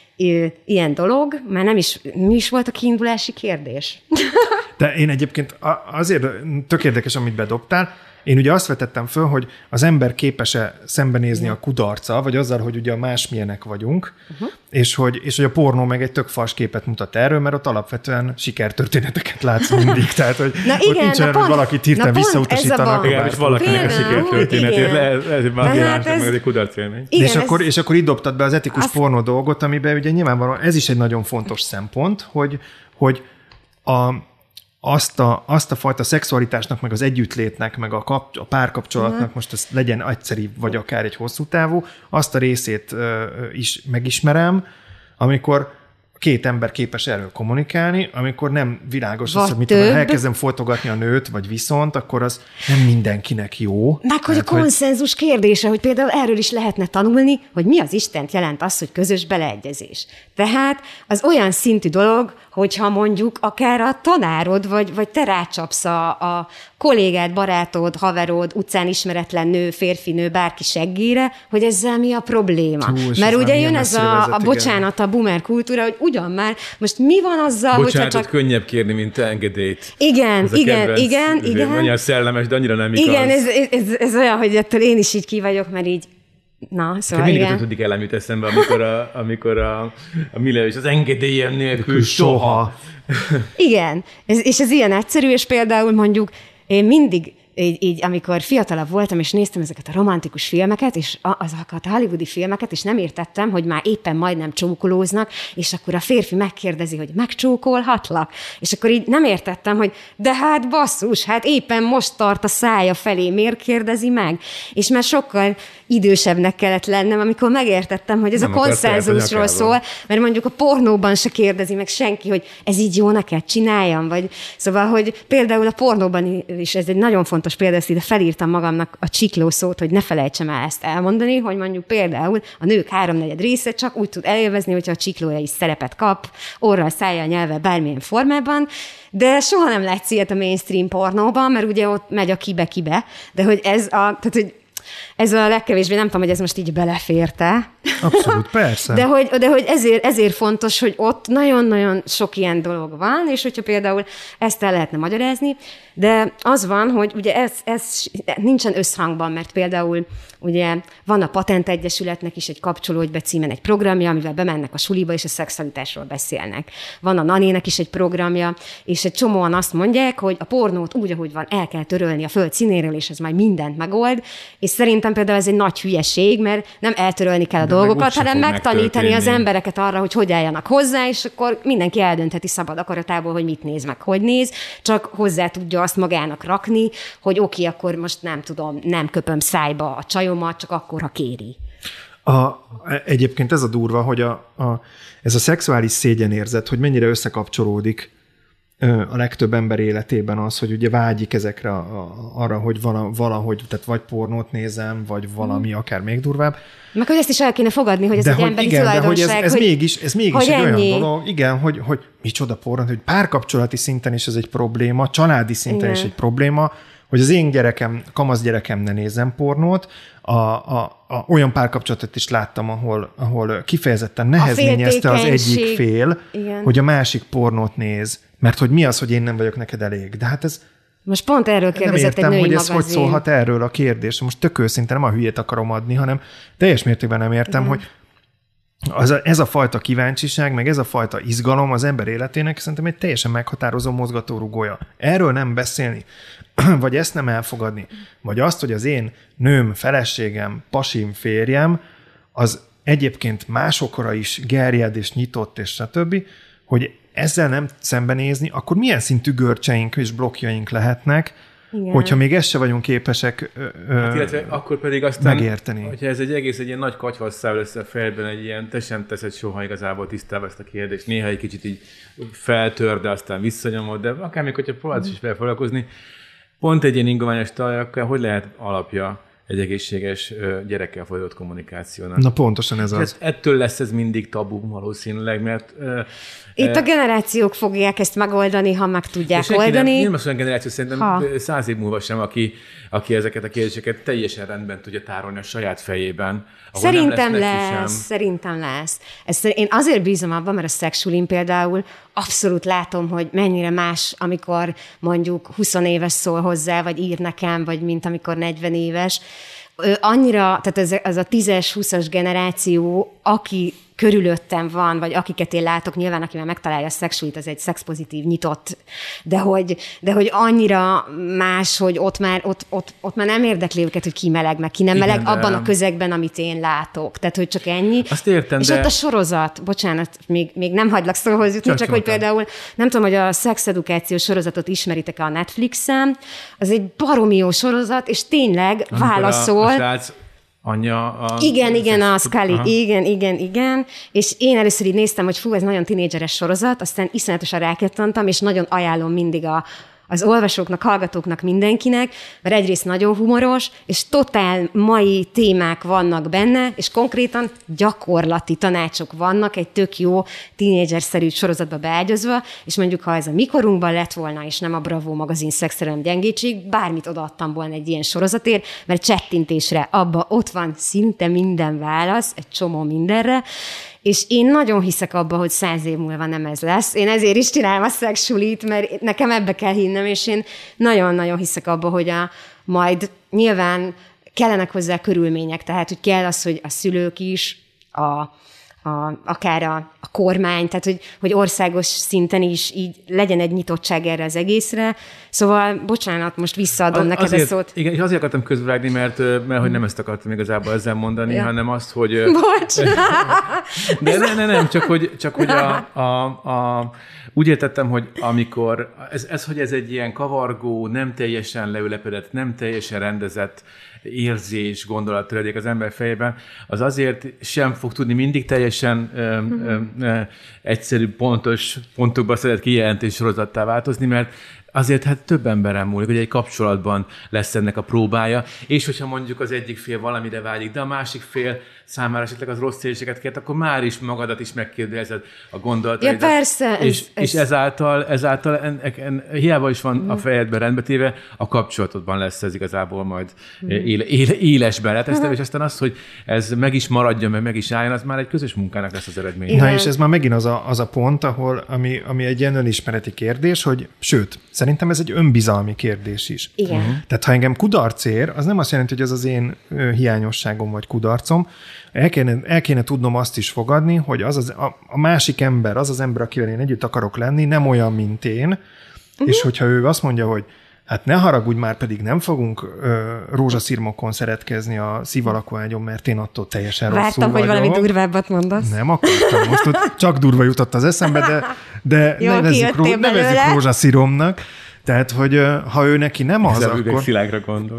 ilyen dolog, mert mi is volt a kiindulási kérdés? De én egyébként azért tök érdekes, amit bedobtál, én ugye azt vetettem föl, hogy az ember képes-e szembenézni a kudarccal, vagy azzal, hogy ugye a másmilyenek vagyunk, és hogy a pornó meg egy tök fals képet mutat erről, mert ott alapvetően sikertörténeteket látsz mindig. Tehát, hogy ott nincsen, hogy valakit hirtelen visszautasítanak. Igen, és valakinek a sikertörténetét lehet már egy kudarcélmény. És akkor itt dobtad be az etikus pornó dolgot, amiben ugye nyilvánvalóan ez is egy nagyon fontos szempont, hogy azt a fajta szexualitásnak, meg az együttlétnek, meg a párkapcsolatnak, most ez legyen egyszeri, vagy akár egy hosszú távú, azt a részét is megismerem, amikor két ember képes erről kommunikálni, amikor nem világos az, hogy elkezdem folytogatni a nőt, vagy viszont, akkor az nem mindenkinek jó. Meg hogy a konszenzus kérdése, hogy például erről is lehetne tanulni, hogy mi az Istent jelent az, hogy közös beleegyezés. Tehát az olyan szintű dolog, hogyha mondjuk akár a tanárod, vagy te rácsapsz a kollégád, barátod, haverod, utcán ismeretlen nő, férfi nő, bárki seggére, hogy ezzel mi a probléma. Mert ugye jön ez bocsánat, a boomer kultúra, hogy ugyan már, most mi van azzal, bocsánatot csak... könnyebb kérni, mint engedélyt. Igen. Nagyon szellemes, de annyira nem igaz. Igen, ez olyan, hogy ettől én is így ki vagyok, mert így na, szóval mindig a 5. elem jut eszembe, amikor a Miller és az engedélyem nélkül soha. Igen, és ez ilyen egyszerű, és például mondjuk én mindig így, amikor fiatalabb voltam, és néztem ezeket a romantikus filmeket, és azokat a hollywoodi filmeket, és nem értettem, hogy már éppen majdnem csókolóznak, és akkor a férfi megkérdezi, hogy megcsókolhatlak? És akkor így nem értettem, hogy de hát basszus, hát éppen most tart a szája felé, miért kérdezi meg? És már sokkal idősebbnek kellett lennem, amikor megértettem, hogy ez nem a konszenzusról szól, mert mondjuk a pornóban se kérdezi meg senki, hogy ez így jó neked, csináljam, vagy szóval, hogy például a pornóban is ez egy nagyon fontos példa, ezt ide felírtam magamnak a csikló szót, hogy ne felejtsem el ezt elmondani, hogy mondjuk például a nők 3/4 része csak úgy tud elélvezni, hogyha a csiklója is szerepet kap, orral, szájjal, nyelvvel, bármilyen formában, de soha nem látsz ilyet a mainstream pornóban, mert ugye ott megy a kibe-kibe, de hogy ez a legkevésbé, nem tudom, hogy ez most így beleférte. Abszolút, persze. De hogy ezért fontos, hogy ott nagyon-nagyon sok ilyen dolog van, és hogyha például ezt el lehetne magyarázni, de az van, hogy ugye ez nincsen összhangban, mert például ugye van a Patentegyesületnek is egy Kapcsolódj be címen egy programja, amivel bemennek a suliba, és a szexualitásról beszélnek. Van a Nanének is egy programja, és egy csomóan azt mondják, hogy a pornót úgy, ahogy van, el kell törölni a föld színéről, és ez majd mindent megold, és szerintem például ez egy nagy hülyeség, mert nem eltörölni kell a dolgokat, hanem megtanítani az embereket arra, hogy hogy álljanak hozzá, és akkor mindenki eldöntheti szabad akaratából, hogy mit néz meg, hogy néz, csak hozzá tudja azt magának rakni, hogy oké, akkor most nem tudom, nem köpöm szájba a csajomat, csak akkor, ha kéri. Egyébként ez a durva, hogy ez a szexuális szégyenérzet, hogy mennyire összekapcsolódik a legtöbb ember életében az, hogy ugye vágyik ezekre arra, hogy valahogy, tehát vagy pornót nézem, vagy valami akár még durvább. Meg hogy ezt is el kéne fogadni, hogy ez egy emberi tulajdonság. De hogy ez mégis egy olyan dolog, igen, hogy micsoda pornó, hogy párkapcsolati szinten is ez egy probléma, családi szinten is egy probléma, hogy az én gyerekem, kamasz gyerekem ne nézzen pornót, olyan párkapcsolatot is láttam, ahol kifejezetten nehezményezte az egyik fél, igen, hogy a másik pornót néz, mert hogy mi az, hogy én nem vagyok neked elég. De hát ez... Most pont erről kérdezett egy női magazin. Nem értem, hogy ez hogy szólhat erről a kérdés. Most tök őszinte nem a hülyét akarom adni, hanem teljes mértékben nem értem, hogy ez a fajta kíváncsiság, meg ez a fajta izgalom az ember életének szerintem egy teljesen meghatározó mozgatórugója. Erről nem beszélni, vagy ezt nem elfogadni, vagy azt, hogy az én nőm, feleségem, pasim, férjem, az egyébként másokra is gerjed és nyitott, és stb., hogy ezzel nem szembenézni, akkor milyen szintű görcseink és blokkjaink lehetnek, igen, hogyha még ezt se vagyunk képesek illetve akkor pedig aztán megérteni. Hogyha ez egy ilyen nagy katyvasszál lesz a fejben, egy ilyen, te sem teszed soha igazából tisztába ezt a kérdést. Néha egy kicsit így feltör, de aztán visszanyomod, de akár még, hogyha próbálsz is felfoglalkozni, pont egy ilyen ingoványos talajakkal, hogy lehet alapja egy egészséges gyerekkel folytatott kommunikációnak. Na pontosan ez az. Ettől lesz ez mindig tabu valószínűleg, mert... Itt a generációk fogják ezt megoldani, ha meg tudják oldani. Nem az olyan generáció, szerintem 100 év múlva sem, aki ezeket a kérdéseket teljesen rendben tudja tárolni a saját fejében. Szerintem lesz. Én azért bízom abban, mert a Sexulin például abszolút látom, hogy mennyire más, amikor mondjuk 20 éves szól hozzá, vagy ír nekem, vagy mint amikor 40 éves. Annyira, tehát ez a 10-es, 20-as generáció, aki körülöttem van, vagy akiket én látok, nyilván aki már megtalálja a Sexulit, az egy szexpozitív, nyitott, de hogy annyira más, hogy ott már nem érdekli őket, hogy ki meleg, meg ki nem meleg, abban a közegben, amit én látok. Tehát, hogy csak ennyi. Azt értem, és ott a sorozat, bocsánat, még nem hagylak szóhoz jutni, csak hogy például, nem tudom, hogy a szexedukáció sorozatot ismeritek-e a Netflixen, az egy baromi jó sorozat, és tényleg válaszol. Anyja Igen, a Scully. Igen. És én először így néztem, hogy ez nagyon tinédzseres sorozat, aztán iszonyatosan rákattantam, és nagyon ajánlom mindig az olvasóknak, hallgatóknak, mindenkinek, mert egyrészt nagyon humoros, és totál mai témák vannak benne, és konkrétan gyakorlati tanácsok vannak egy tök jó tínédzserszerű sorozatba beágyazva, és mondjuk, ha ez a mikorunkban lett volna, és nem a Bravo magazin Szexszerelem gyengétség, bármit odaadtam volna egy ilyen sorozatért, mert csettintésre abba ott van szinte minden válasz, egy csomó mindenre, és én nagyon hiszek abba, hogy 100 év múlva nem ez lesz. Én ezért is csinálom a Sexulit, mert nekem ebbe kell hinnem, és én nagyon-nagyon hiszek abba, hogy majd nyilván kellenek hozzá körülmények, tehát hogy kell az, hogy a szülők is, akár a kormány, tehát hogy országos szinten is így legyen egy nyitottság erre az egészre. Szóval, bocsánat, most visszaadom neked a szót. Igen, és azért akartam közvágni, mert hogy nem ezt akartam igazából ezzel mondani, hanem azt, hogy... Bocs! Nem, csak hogy úgy értettem, hogy amikor hogy ez egy ilyen kavargó, nem teljesen leülepedett, nem teljesen rendezett érzés, gondolattöredék az ember fejében, az azért sem fog tudni mindig teljesen egyszerű, pontos pontokba szedett kijelentés sorozattá változni, mert azért hát több emberen múlik, hogy egy kapcsolatban lesz ennek a próbája, és hogyha mondjuk az egyik fél valamire vágyik, de a másik fél számára esetleg az rossz érzéseket kért, akkor már is magadat is megkérdezed a gondolataidat. Ja, persze. És ezáltal hiába is van a fejedben rendbetéve, a kapcsolatodban lesz ez igazából majd élesben letesztve, és aztán az, hogy ez meg is maradjon, meg is álljon, az már egy közös munkának lesz az eredmény. Na, és ez már megint az a pont, ahol, ami egy ilyen önismereti kérdés, hogy sőt, szerintem ez egy önbizalmi kérdés is. Igen. Tehát ha engem kudarc ér, az nem azt jelenti, hogy ez az én hiányosságom vagy kudarcom. El kéne tudnom azt is fogadni, hogy a másik ember, az ember, akivel én együtt akarok lenni, nem olyan, mint én, és hogyha ő azt mondja, hogy hát ne haragudj, már pedig nem fogunk rózsaszirmokon szeretkezni a szívalakú ágyon, mert én attól teljesen rosszul vagyok. Vártam, hogy valami durvábbat mondasz. Nem akartam. Most ott csak durva jutott az eszembe, de nevezzük rózsasziromnak. Tehát, hogy ha ő neki nem az, akkor... Szilágra gondol.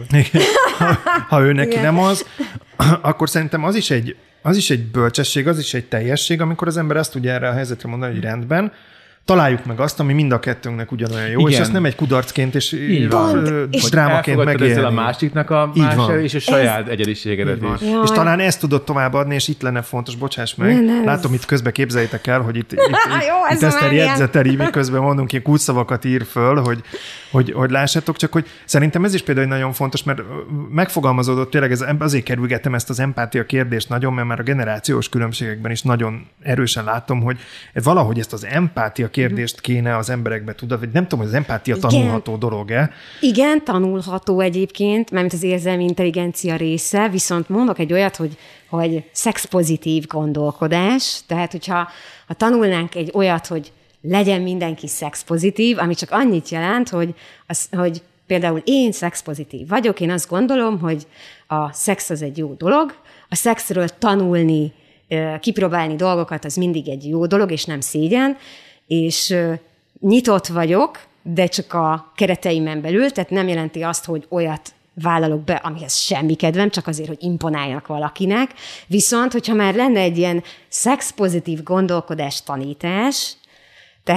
Ha ő neki nem az, akkor szerintem az is egy bölcsesség, az is egy teljesség, amikor az ember azt tudja erre a helyzetre mondani, hogy rendben, találjuk meg azt, ami mind a kettőnknek ugyanolyan jó, igen. És ezt nem egy kudarcként és drámaként megélni. Ezzel a másiknak a mása és a saját egyediségedet is. És talán ezt tudod továbbadni, és itt lenne fontos, bocsáss meg, látom, itt közben képzeljétek el, hogy itt Eszter jegyzeteli, miközben mondunk, ilyen kulcsszavakat ír föl, hogy lássátok, csak hogy szerintem ez is például nagyon fontos, mert megfogalmazódott tényleg, azért kerülgettem ezt az empátia kérdést nagyon, mert már a generációs különbségekben is nagyon erősen látom, hogy valahogy ezt az empátia kérdést kéne az emberekbe tudni, vagy nem tudom, hogy az empátia tanulható dolog-e. Igen, tanulható egyébként, mármint az érzelmi intelligencia része, viszont mondok egy olyat, hogy szexpozitív gondolkodás, tehát hogyha tanulnánk egy olyat, hogy legyen mindenki szexpozitív, ami csak annyit jelent, hogy például én szexpozitív vagyok, én azt gondolom, hogy a szex az egy jó dolog, a szexről tanulni, kipróbálni dolgokat, az mindig egy jó dolog, és nem szégyen, és nyitott vagyok, de csak a kereteimen belül, tehát nem jelenti azt, hogy olyat vállalok be, amihez semmi kedvem, csak azért, hogy imponáljanak valakinek. Viszont, hogyha már lenne egy ilyen szexpozitív gondolkodás tanítás, tehát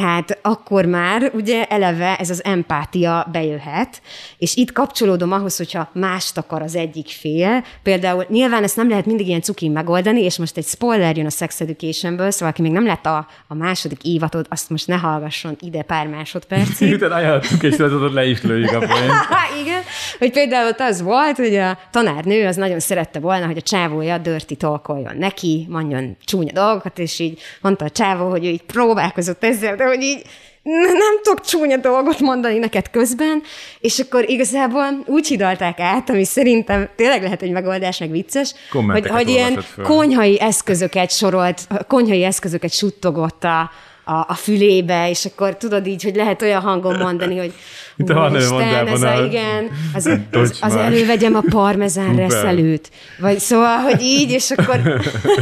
akkor már ugye eleve ez az empátia bejöhet, és itt kapcsolódom ahhoz, hogyha mást akar az egyik fél. Például nyilván ezt nem lehet mindig ilyen cukin megoldani, és most egy spoiler jön a Sex Educationből, szóval aki még nem lett a második évadot, azt most ne hallgasson ide pár másodpercig. Utána ajánlottuk, és tudod, le is lőjük a poént. Igen, hogy például ott az volt, hogy a tanárnő az nagyon szerette volna, hogy a csávója dirty talkoljon neki, mondjon csúnya dolgokat, és így mondta a csávó, hogy ő így próbálkozott ezzel, de hogy így nem tudok csúnya dolgot mondani neked közben, és akkor igazából úgy hidalták át, ami szerintem tényleg lehet egy megoldás, meg vicces, hogy ilyen konyhai eszközöket suttogott a fülébe, és akkor tudod így, hogy lehet olyan hangon mondani, hogy az elővegyem a parmezán reszelőt. Vagy szóval, hogy így, és akkor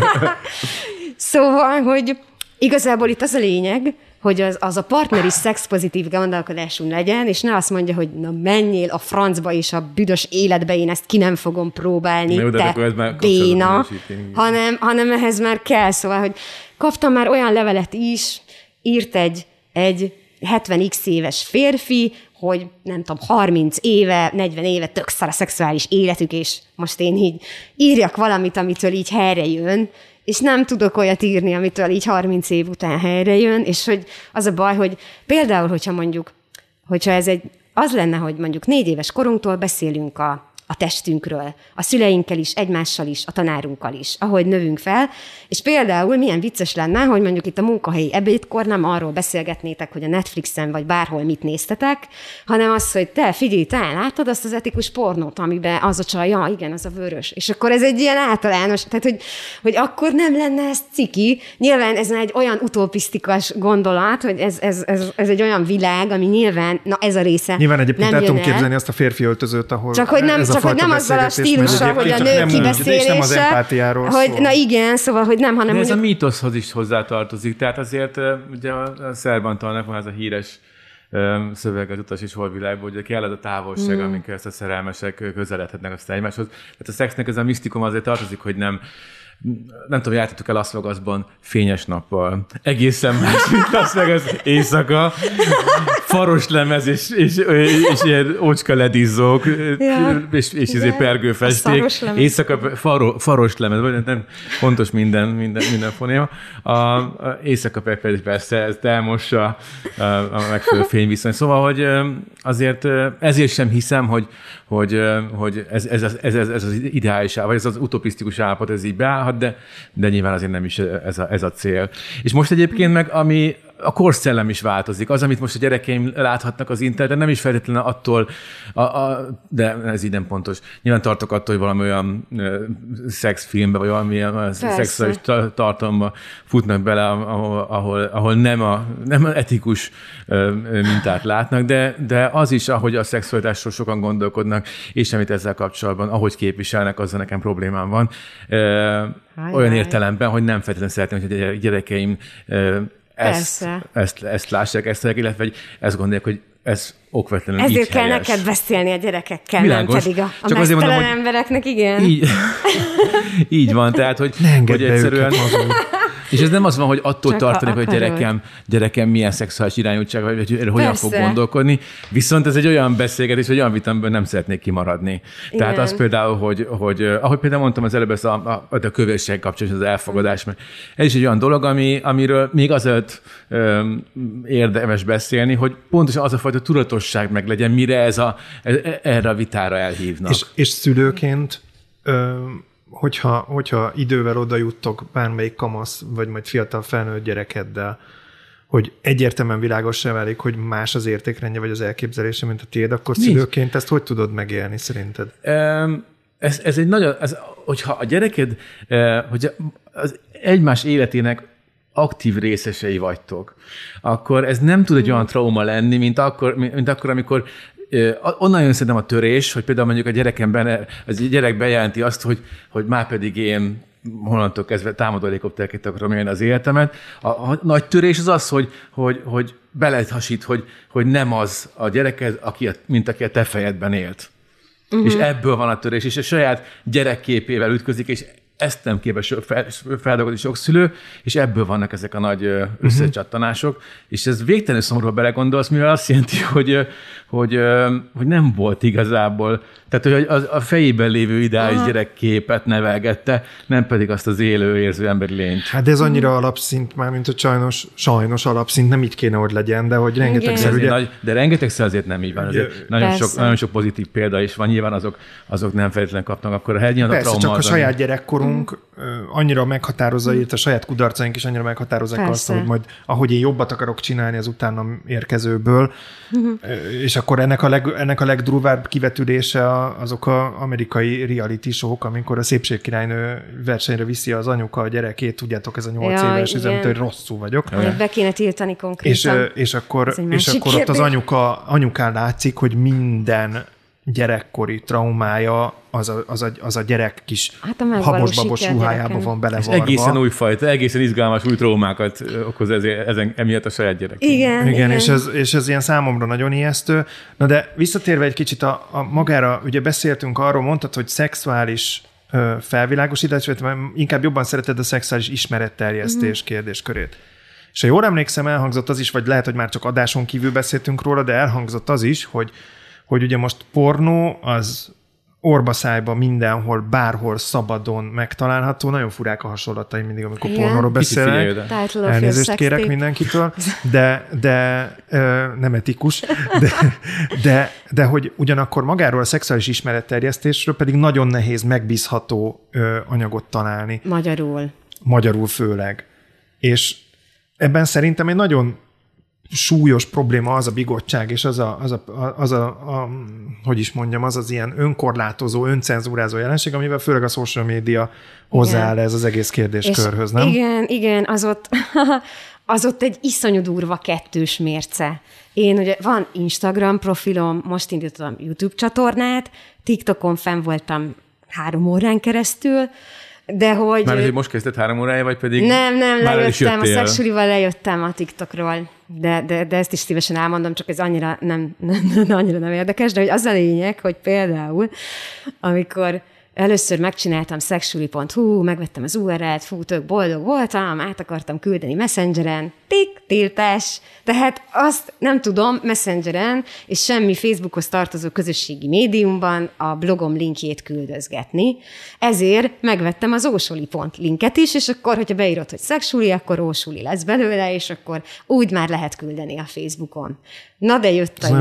szóval, hogy igazából itt az a lényeg, hogy az a partner is szexpozitív gondolkodású legyen, és ne azt mondja, hogy na menjél a francba és a büdös életbe, én ezt ki nem fogom próbálni, te béna, hanem ehhez már kell. Szóval, hogy kaptam már olyan levelet is, írt egy 70x éves férfi, hogy nem tudom, 30 éve, 40 éve tök szar a szexuális életük, és most én így írjak valamit, amitől így helyre jön, és nem tudok olyat írni, amitől így 30 év után helyre jön, és hogy az a baj, hogy például, hogyha ez az lenne, hogy mondjuk 4 éves korunktól beszélünk a testünkről, a szüleinkkel is, egymással is, a tanárunkkal is, ahogy növünk fel, és például milyen vicces lenne, hogy mondjuk itt a munkahelyi ebédkor nem arról beszélgetnétek, hogy a Netflixen vagy bárhol mit néztetek, hanem az, hogy te figyelj, látod azt az etikus pornót, amiben az a csaj, ja, igen, az a vörös. És akkor ez egy ilyen általános, tehát hogy akkor nem lenne ez ciki. Nyilván ez egy olyan utopisztikus gondolat, hogy ez egy olyan világ, ami nyilván, na ez a része nyilván egyébként el tudom képzelni azt a férfi öltözőt, ahol csak hogy nem azzal a stílussal, hogy a nő kibeszélése, nem az empátiáról hogy szól. Na igen, szóval, hogy nem, hanem... De ez a mítoszhoz is hozzátartozik. Tehát azért ugye a Szerbantalnak van ez a híres szöveg az Utas és Holvilágból, hogy kell az a távolság, amikor ezt a szerelmesek közeledhetnek aztán egymáshoz. Tehát a szexnek ez a misztikum azért tartozik, hogy nem tudom, jártatok el Las Vegasban fényes nappal. Egészen más, mint Las Vegas éjszaka. Faros lemez, és ilyen ócska ledizzók, és pergőfesték. Éjszaka faros lemez, vagy nem fontos minden fonéma. Éjszaka persze ezt elmossa a megfelelő fényviszony. Szóval, hogy azért ezért sem hiszem, hogy ez az ideális állapot, vagy ez az utopisztikus állapot, ez így beállhat, de nyilván azért nem is ez a cél. És most egyébként meg, ami a korszellem is változik. Az, amit most a gyerekeim láthatnak az interneten, nem is feltétlenül attól, de ez így nem pontos. Nyilván tartok attól, hogy valami olyan szexfilmbe, vagy valamilyen szexuális tartalomba futnak bele, ahol nem etikus mintát látnak, de az is, ahogy a szexualitásról sokan gondolkodnak, és amit ezzel kapcsolatban, ahogy képviselnek, azzal nekem problémám van. Olyan értelemben, hogy nem feltétlenül szeretném, hogy a gyerekeim ezt lássák, illetve hogy ezt gondolják, hogy ez okvetlenül így ezért kell helyes. Neked beszélni a gyerekekkel, Világos. Nem pedig a mesztelen embereknek, igen. Így van, tehát, hogy egyszerűen... És ez nem az van, hogy attól csak tartani, hogy gyerekem milyen szexuális irányultság, vagy hogyan fog gondolkodni, viszont ez egy olyan beszélgetés, vagy olyan vitamből nem szeretnék kimaradni. Igen. Tehát az például, hogy ahogy például mondtam az előbb, ez a kövérség kapcsolatban az elfogadás, mert ez is egy olyan dolog, amiről még azért érdemes beszélni, hogy pontosan az a fajta tudatosság meg legyen, mire erre a vitára elhívnak. És szülőként... Hogyha idővel oda juttok bármelyik kamasz, vagy majd fiatal felnőtt gyerekeddel, hogy egyértelműen világossá válik, hogy más az értékrendje, vagy az elképzelése, mint a tiéd, akkor szülőként ezt hogy tudod megélni szerinted? Ez egy nagyon... hogyha a gyereked, hogy az egymás életének aktív részesei vagytok, akkor ez nem tud egy olyan trauma lenni, mint akkor, amikor onnan jön szerintem a törés, hogy például mondjuk a gyerekemben, az gyerek bejelenti azt, hogy már pedig én honnantól kezdve támadó helikopterként akarom élni az életemet. A nagy törés az, hogy belehasít, hogy nem az a gyereked, mint aki a te fejedben élt. És ebből van a törés, és a saját gyerekképével ütközik, és ezt nem képes feldolgozni sok szülő, és ebből vannak ezek a nagy összecsattanások, és ez végtelenül szomorú, ha belegondolsz, mivel azt jelenti, hogy nem volt igazából, tehát hogy a fejében lévő ideális gyerekképet nevelgette, nem pedig azt az élő, érző emberi lényt. Hát de ez annyira alapszint már, mint hogy sajnos alapszint, nem így kéne, hogy legyen, de hogy rengetegszer ugye... De rengetegszer azért nem így van. Azért nagyon sok pozitív példa is van, nyilván azok nem feltétlenül kapnak akkor a hegyén. Persze, csak a saját gyerekkorunk annyira meghatározza, a saját kudarcaink is annyira meghatározzák azt, hogy majd ahogy én jobbat akarok csinálni az utánam érkezőből, és akkor ennek a legdurvább kivetülése azok az amerikai reality show-k, amikor a szépségkirálynő versenyre viszi az anyuka a gyerekét, tudjátok, ez a 8 éves üzem, hogy rosszul vagyok. Be kéne tiltani konkrétan. És akkor ott az anyukán látszik, hogy minden gyerekkori traumája az a gyerek kis habos-babos ruhájába van belevarva. És egészen újfajta, egészen izgalmas új traumákat okoz emiatt a saját gyerek. Igen. És ez ilyen számomra nagyon ijesztő. Na de visszatérve egy kicsit a magára, ugye beszéltünk arról, mondtad, hogy szexuális felvilágosítás, vagy inkább jobban szereted a szexuális ismeretterjesztés kérdéskörét. És ha jól emlékszem, elhangzott az is, vagy lehet, hogy már csak adáson kívül beszéltünk róla, de elhangzott az is, hogy ugye most pornó az orbaszájba mindenhol, bárhol szabadon megtalálható. Nagyon furák a hasonlataim mindig, amikor pornóról beszélek. Elnézést kérek mindenkitől, de nem etikus. De hogy ugyanakkor magáról a szexuális ismeretterjesztésről pedig nagyon nehéz megbízható anyagot találni. Magyarul főleg. És ebben szerintem egy nagyon súlyos probléma az a bigottság, és az az ilyen önkorlátozó, öncenzúrázó jelenség, amivel főleg a social media hozzááll ez az egész kérdéskörhöz, nem? Igen, az ott egy iszonyú durva kettős mérce. Én ugye van Instagram profilom, most indítottam YouTube csatornát, TikTokon fenn voltam 3 órán keresztül, de hogy... Már most kezdett 3 órája, vagy pedig... Nem, lejöttem, a Sexualival lejöttem a TikTokról, de ezt is szívesen elmondom, csak ez annyira nem érdekes, de hogy az a lényeg, hogy például, amikor először megcsináltam sexually.hu, megvettem az URL-t, tök boldog voltam, át akartam küldeni Messengeren, tiltás. Tehát azt nem tudom Messengeren, és semmi Facebookhoz tartozó közösségi médiumban a blogom linkjét küldözgetni. Ezért megvettem az Ósuli.pont linket is, és akkor, hogyha beírod, hogy sexually, akkor Ósuli lesz belőle, és akkor úgy már lehet küldeni a Facebookon. Na de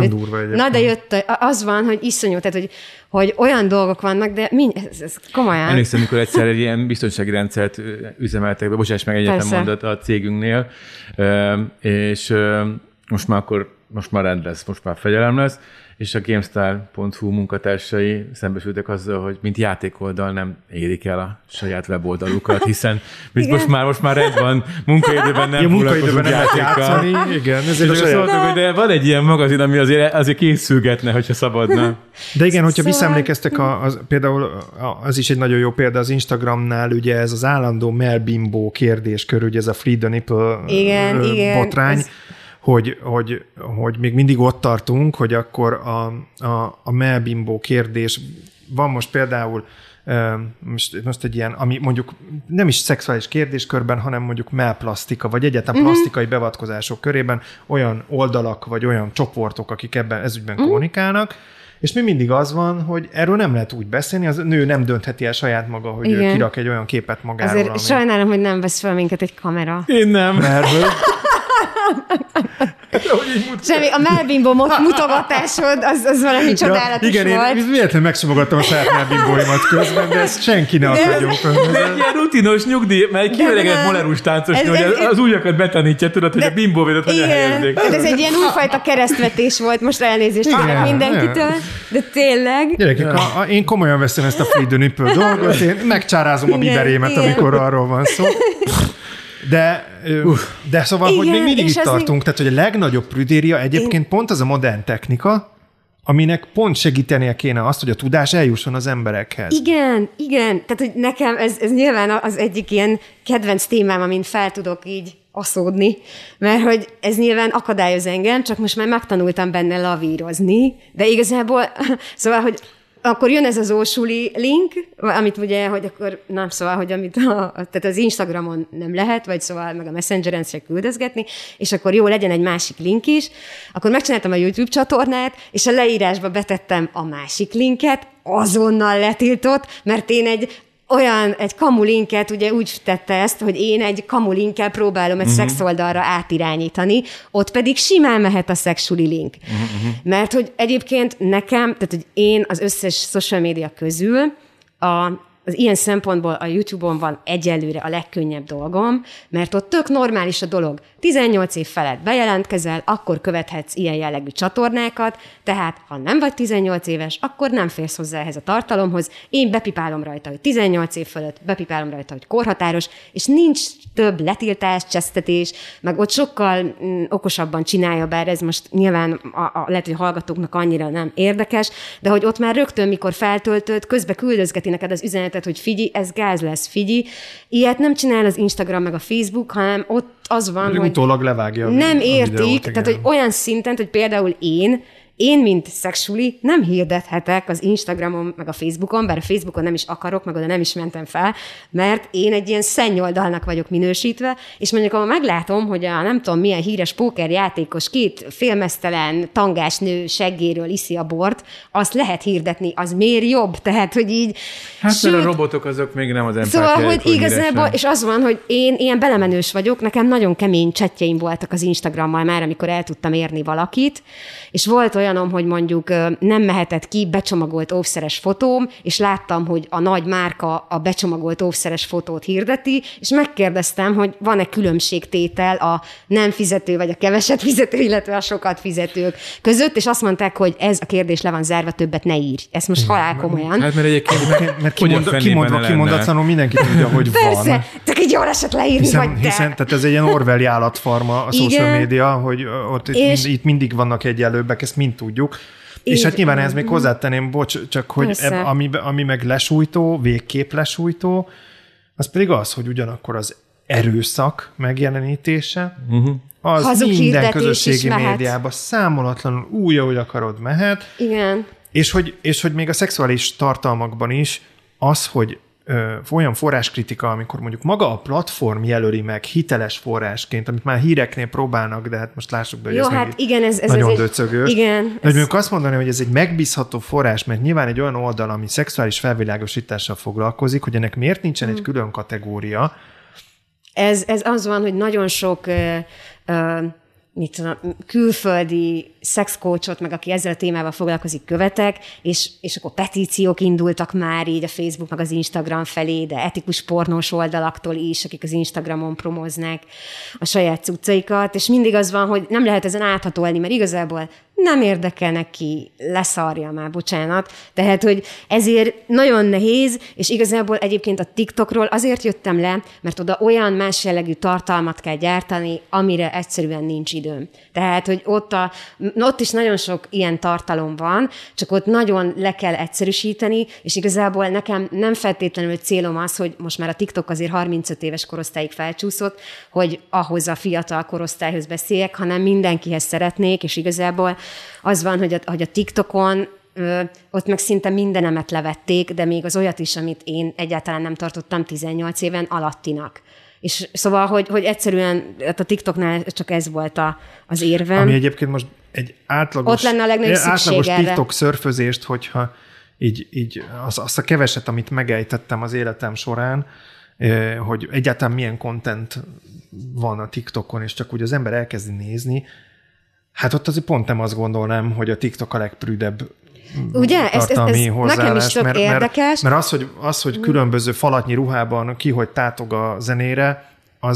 jött az van, hogy iszonyú, tehát hogy olyan dolgok vannak, de ez komolyan. Emlékszem, amikor egyszer egy ilyen biztonsági rendszert üzemeltek be, bocsáss meg egyetlen mondat a cégünknél, és most már rend lesz, most már fegyelem lesz, és a GameStar.hu munkatársai szembesültek azzal, hogy mint játékoldal nem érik el a saját weboldalukat, hiszen most már rend van, munkaidőben nem foglalkozunk játékkal. Igen, ezért és szóltuk, hogy de van egy ilyen magazin, ami azért készülgetne, hogyha szabadna. De igen, hogyha visszaemlékeztek, például az is egy nagyon jó példa az Instagramnál, ugye ez az állandó melbimbó kérdéskör, ugye ez a Free the Nipple botrány, hogy még mindig ott tartunk, hogy akkor a melbimbó kérdés van most például most egy ilyen, ami mondjuk nem is szexuális kérdéskörben, hanem mondjuk melplasztika, vagy egyáltalán plasztikai beavatkozások körében olyan oldalak, vagy olyan csoportok, akik ezügyben kommunikálnak, és mi mindig az van, hogy erről nem lehet úgy beszélni, az nő nem döntheti el saját maga, hogy ő kirak egy olyan képet magáról. Azért sajnálom, hogy nem vesz fel minket egy kamera. Én nem. Mert semmi, a melbimbó mutogatásod, az valami csodálatos igen, volt. Igen, én véletlenül megsimogattam a saját melbimbóimat közben, de ezt senki ne akadjon fel. De egy ilyen rutinos nyugdíj, mert egy kiöregedett molerus táncos, hogy az ujjakat betanítja, tudod, hogy a bimbóvédot hogyan helyezzék. Ez egy ilyen újfajta keresztvetés volt, most elnézést kérek mindenkitől, de tényleg. Gyerekek, én komolyan veszem ezt a Free the Nipple dolgot, én megcsárázom a biberémet, amikor arról van szó. De szóval, igen, hogy még mindig itt tartunk, tehát hogy a legnagyobb prüdéria egyébként pont az a modern technika, aminek pont segítenie kéne azt, hogy a tudás eljusson az emberekhez. Igen. Tehát, hogy nekem ez nyilván az egyik ilyen kedvenc témám, amin fel tudok így aszódni, mert hogy ez nyilván akadályoz engem, csak most már megtanultam benne lavírozni, de igazából, szóval, hogy akkor jön ez az ósuli link, amit ugye, hogy akkor, nem szóval, hogy amit tehát az Instagramon nem lehet, vagy szóval meg a Messengeren se küldözgetni, és akkor jó, legyen egy másik link is, akkor megcsináltam a YouTube csatornát, és a leírásba betettem a másik linket, azonnal letiltott, mert én egy kamulinket, ugye úgy tette ezt, hogy én egy kamulinkkel próbálom egy szexoldalra átirányítani, ott pedig simán mehet a sexually link. Mert hogy egyébként nekem, tehát hogy én az összes social média közül az ilyen szempontból a YouTube-on van egyelőre a legkönnyebb dolgom, mert ott tök normális a dolog. 18 év felett bejelentkezel, akkor követhetsz ilyen jellegű csatornákat, tehát ha nem vagy 18 éves, akkor nem férsz hozzá ehhez a tartalomhoz. Én bepipálom rajta, hogy 18 év fölött, bepipálom rajta, hogy korhatáros, és nincs több letiltás, csesztetés, meg ott sokkal okosabban csinálja, bár ez most nyilván lehet, hogy hallgatóknak annyira nem érdekes, de hogy ott már rögtön, mikor feltöltöd, közbe küldözgeti neked az üzenetet, hogy figyelj, ez gáz lesz, figyelj. Ilyet nem csinál az Instagram meg a Facebook, hanem ott az van, hogy utólag levágja nem értik, videót, tehát hogy olyan szinten, hogy például én, mint sexually, nem hirdethetek az Instagramon, meg a Facebookon, bár a Facebookon nem is akarok, meg oda nem is mentem fel, mert én egy ilyen szennyoldalnak vagyok minősítve, és mondjuk, ahol meglátom, hogy a nem tudom milyen híres pókerjátékos 2 félmeztelen tangás nő seggéről iszi a bort, azt lehet hirdetni, az miért jobb? Tehát, hogy így... Hát mert a robotok azok még nem az empátiájuk. Szóval, hogy igazából, és az van, hogy én ilyen belemenős vagyok, nekem nagyon kemény chatjeim voltak az Instagrammal már, amikor el tudtam érni valakit, és volt olyanom, hogy mondjuk nem mehetett ki becsomagolt óvszeres fotóm, és láttam, hogy a nagy márka a becsomagolt óvszeres fotót hirdeti, és megkérdeztem, hogy van-e különbségtétel a nem fizető, vagy a keveset fizető, illetve a sokat fizetők között, és azt mondták, hogy ez a kérdés le van zárva, többet ne írj. Ezt most halál komolyan. Hát mert egyébként mert kimondatlanul mindenki tudja, hogy persze, van. csak így jól esett leírni, hiszen tehát ez egy ilyen Orwelli állatfarma a social media, hogy ott itt mindig vannak egyenlőbbek, ezt mind tudjuk. És hát nyilván ehhez még hozzátenném, csak hogy ami meg lesújtó, végképp lesújtó, az pedig az, hogy ugyanakkor az erőszak megjelenítése, az hazug minden közösségi médiában számolatlanul úgy, ahogy akarod, mehet. Igen. És hogy még a szexuális tartalmakban is az, hogy olyan forráskritika, amikor mondjuk maga a platform jelöli meg hiteles forrásként, amit már híreknél próbálnak, de hát most lássuk be, hogy jó, ez hát igen, ez nagyon döcögös. Igen. De mondjuk azt mondani, hogy ez egy megbízható forrás, mert nyilván egy olyan oldal, ami szexuális felvilágosítással foglalkozik, hogy ennek miért nincsen egy külön kategória. Ez az van, hogy nagyon sok mit tudom, külföldi szexcoachot, meg aki ezzel a témával foglalkozik, követek, és akkor petíciók indultak már így a Facebook, meg az Instagram felé, de etikus pornós oldalaktól is, akik az Instagramon promóznák a saját cuccaikat, és mindig az van, hogy nem lehet ezen áthatolni, mert igazából nem érdekel neki, leszarja már, bocsánat. Tehát, hogy ezért nagyon nehéz, és igazából egyébként a TikTokról azért jöttem le, mert oda olyan más jellegű tartalmat kell gyártani, amire egyszerűen nincs időm. Tehát, hogy ott is nagyon sok ilyen tartalom van, csak ott nagyon le kell egyszerűsíteni, és igazából nekem nem feltétlenül célom az, hogy most már a TikTok azért 35 éves korosztályig felcsúszott, hogy ahhoz a fiatal korosztályhoz beszéljek, hanem mindenkihez szeretnék, és igazából az van, hogy a TikTokon ott meg szinte mindenemet levették, de még az olyat is, amit én egyáltalán nem tartottam 18 éven alattinak. És szóval, hogy egyszerűen a TikToknál csak ez volt az érvem. Ami egyébként most egy átlagos TikTok szörfözést, hogyha így azt a keveset, amit megejtettem az életem során, hogy egyáltalán milyen content van a TikTokon, és csak úgy az ember elkezdi nézni, hát ott azért pont nem azt gondolnám, hogy a TikTok a legprűdebb ugye? tartalmi hozzáállás. Nekem is tök érdekes. Mert az, hogy különböző falatnyi ruhában ki, hogy tátog a zenére,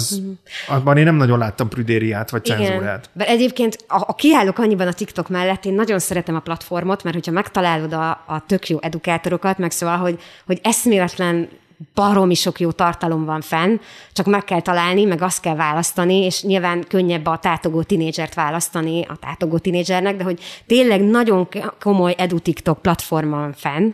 abban én nem nagyon láttam prüdériát vagy cenzúrát. Mert egyébként kiállok annyiban a TikTok mellett, én nagyon szeretem a platformot, mert hogyha megtalálod a tök jó edukátorokat, meg szóval, hogy eszméletlen baromi sok jó tartalom van fenn, csak meg kell találni, meg azt kell választani, és nyilván könnyebb a tátogó tinédzsert választani a tátogó tinédzsernek, de hogy tényleg nagyon komoly edu-TikTok platform van fenn,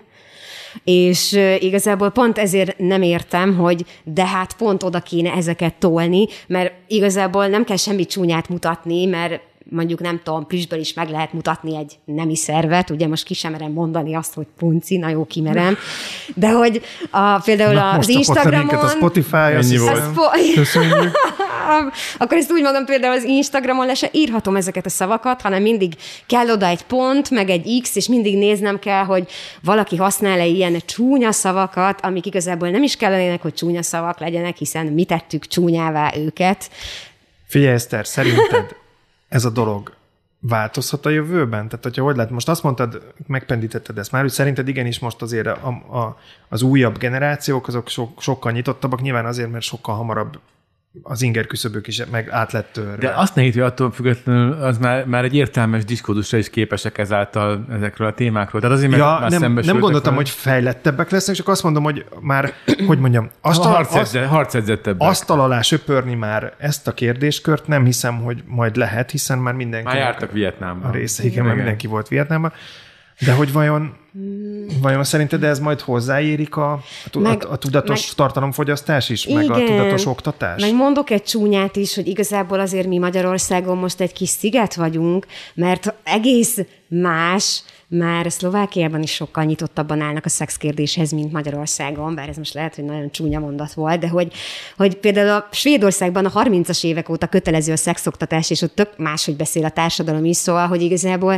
és igazából pont ezért nem értem, hogy de hát pont oda kéne ezeket tolni, mert igazából nem kell semmi csúnyát mutatni, mert mondjuk nem tudom, plüssből is meg lehet mutatni egy nemi szervet, ugye most ki sem merem mondani azt, hogy punci, na jó, kimerem, de hogy például az Instagramon... a Spotify, ennyi volt. Köszönjük. Akkor ezt úgy mondom, például az Instagramon le se írhatom ezeket a szavakat, hanem mindig kell oda egy pont, meg egy X, és mindig néznem kell, hogy valaki használ-e ilyen csúnya szavakat, amik igazából nem is kellenének, hogy csúnya szavak legyenek, hiszen mi tettük csúnyává őket. Figyelj, Eszter, szerinted ez a dolog változhat a jövőben? Tehát, hogyha hogy lehet, most azt mondtad, megpendítetted ezt már, hogy szerinted igenis most azért az újabb generációk, azok sokkal nyitottabbak, nyilván azért, mert sokkal hamarabb az inger küszöbök is meg át lett törve. De azt nehéz, hogy attól függetlenül az már egy értelmes diszkódusra is képesek ezáltal ezekről a témákról. Tehát azért, mert már nem gondoltam, hogy fejlettebbek lesznek, csak azt mondom, hogy már, hogy mondjam, harcedzettebbek. Asztal alá söpörni már ezt a kérdéskört nem hiszem, hogy majd lehet, hiszen már mindenki... Már jártak Vietnámban. A része, igen, már mindenki volt Vietnámban. De hogy vajon szerinted ez majd hozzáérik a tudatos tartalomfogyasztás is, igen, meg a tudatos oktatás? Meg mondok egy csúnyát is, hogy igazából azért mi Magyarországon most egy kis sziget vagyunk, mert egész más, már Szlovákiában is sokkal nyitottabban állnak a szexkérdéshez, mint Magyarországon, bár ez most lehet, hogy nagyon csúnya mondat volt, de hogy például a Svédországban a 30-as évek óta kötelező a szexoktatás, és ott tök máshogy beszél a társadalom is, szóval, hogy igazából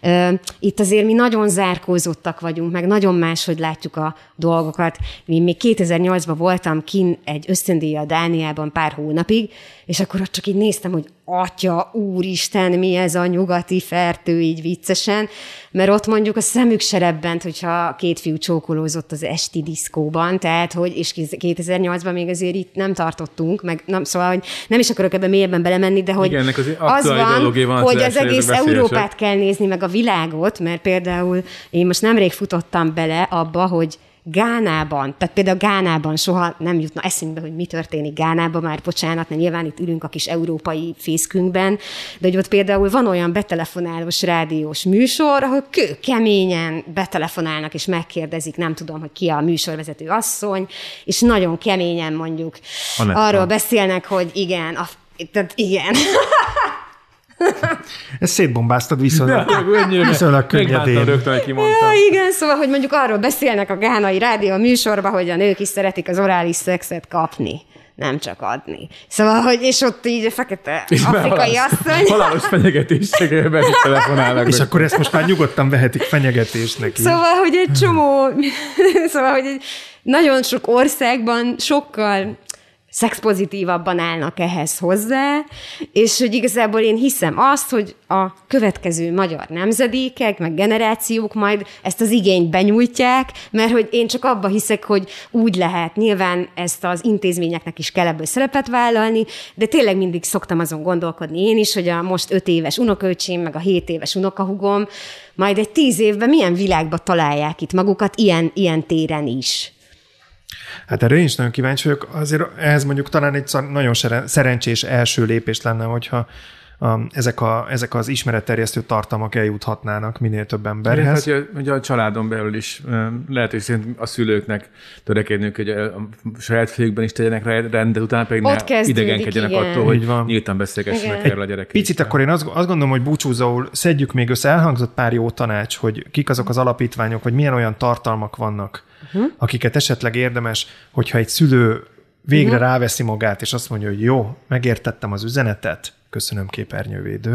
itt azért mi nagyon zárkózottak vagyunk, meg nagyon máshogy látjuk a dolgokat. Én még 2008-ban voltam kint egy ösztöndíjjal Dániában pár hónapig, és akkor ott csak így néztem, hogy atya, úristen, mi ez a nyugati fertő, így viccesen, mert ott mondjuk a szemük se rebbent, hogyha két fiú csókolózott az esti diszkóban, tehát, hogy, és 2008-ban még azért itt nem tartottunk, meg nem, szóval, hogy nem is akarok ebben mélyebben belemenni, de hogy igen, az van, hogy az egész Európát kell nézni, meg a világot, mert például én most nemrég futottam bele abba, hogy Gánában, tehát például Gánában soha nem jutna eszünkbe, hogy mi történik Gánában, már bocsánat, mert nyilván itt ülünk a kis európai fészkünkben, de hogy ott például van olyan betelefonálós rádiós műsor, ahol keményen betelefonálnak és megkérdezik, nem tudom, hogy ki a műsorvezető asszony, és nagyon keményen mondjuk arról beszélnek, hogy igen, tehát igen. Ezt szétbombáztad viszonylag könnyedén. Ja, igen, szóval, hogy mondjuk arról beszélnek a gánai rádió műsorban, hogy a nők is szeretik az orális szexet kapni, nem csak adni. Szóval, hogy és ott így a fekete afrikai asszony. Halálos fenyegetésre telefonálnak. És akkor ezt most már nyugodtan vehetik fenyegetésnek. Szóval, hogy egy csomó, szóval, hogy egy nagyon sok országban sokkal szexpozitívabban állnak ehhez hozzá, és hogy igazából én hiszem azt, hogy a következő magyar nemzedékek, meg generációk majd ezt az igényt benyújtják, mert hogy én csak abba hiszek, hogy úgy lehet. Nyilván ezt az intézményeknek is kell ebből szerepet vállalni, de tényleg mindig szoktam azon gondolkodni én is, hogy a most 5 éves unokaöcsém, meg a 7 éves unokahúgom majd egy 10 évben milyen világba találják itt magukat ilyen téren is. Hát erre én is nagyon kíváncsi vagyok. Azért ehhez mondjuk talán egy nagyon szerencsés első lépés lenne, hogyha ezek az ismeretterjesztő tartalmak eljuthatnának minél több emberhez. Hát, hogy a családon belül is lehet, hogy szerint a szülőknek törekednünk, hogy a saját fejükben is tegyenek rendet, utána pedig ne idegenkedjenek attól, hogy nyíltan beszélgessenek erről a gyerekekkel. Picit akkor én azt gondolom, hogy búcsúzóul szedjük még össze, elhangzott pár jó tanács, hogy kik azok az alapítványok, hogy milyen olyan tartalmak vannak, akiket esetleg érdemes, hogyha egy szülő végre ráveszi magát, és azt mondja, hogy jó, megértettem az üzenetet, köszönöm képernyővédő,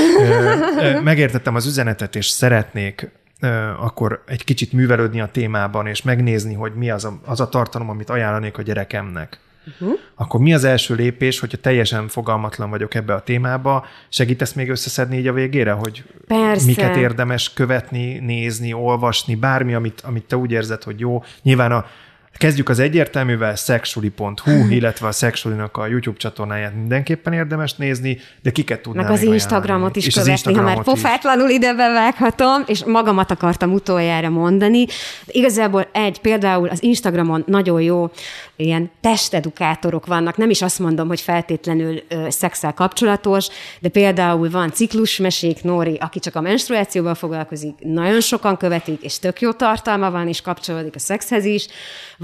megértettem az üzenetet, és szeretnék akkor egy kicsit művelődni a témában, és megnézni, hogy mi az a tartalom, amit ajánlanék a gyerekemnek. Akkor mi az első lépés, hogyha teljesen fogalmatlan vagyok ebbe a témába, segítesz még összeszedni így a végére, hogy persze, miket érdemes követni, nézni, olvasni, bármi, amit te úgy érzed, hogy jó. Nyilván kezdjük az egyértelművel, sexually.hu, illetve a Sexually-nak a YouTube csatornáját mindenképpen érdemes nézni, de kiket tudnál meg az Instagramot is követni, ha már pofátlanul ide bevághatom, és magamat akartam utoljára mondani. De igazából például az Instagramon nagyon jó ilyen testedukátorok vannak, nem is azt mondom, hogy feltétlenül szexszel kapcsolatos, de például van Ciklusmesék Nóri, aki csak a menstruációval foglalkozik, nagyon sokan követik, és tök jó tartalma van, és kapcsolódik a szexhez is.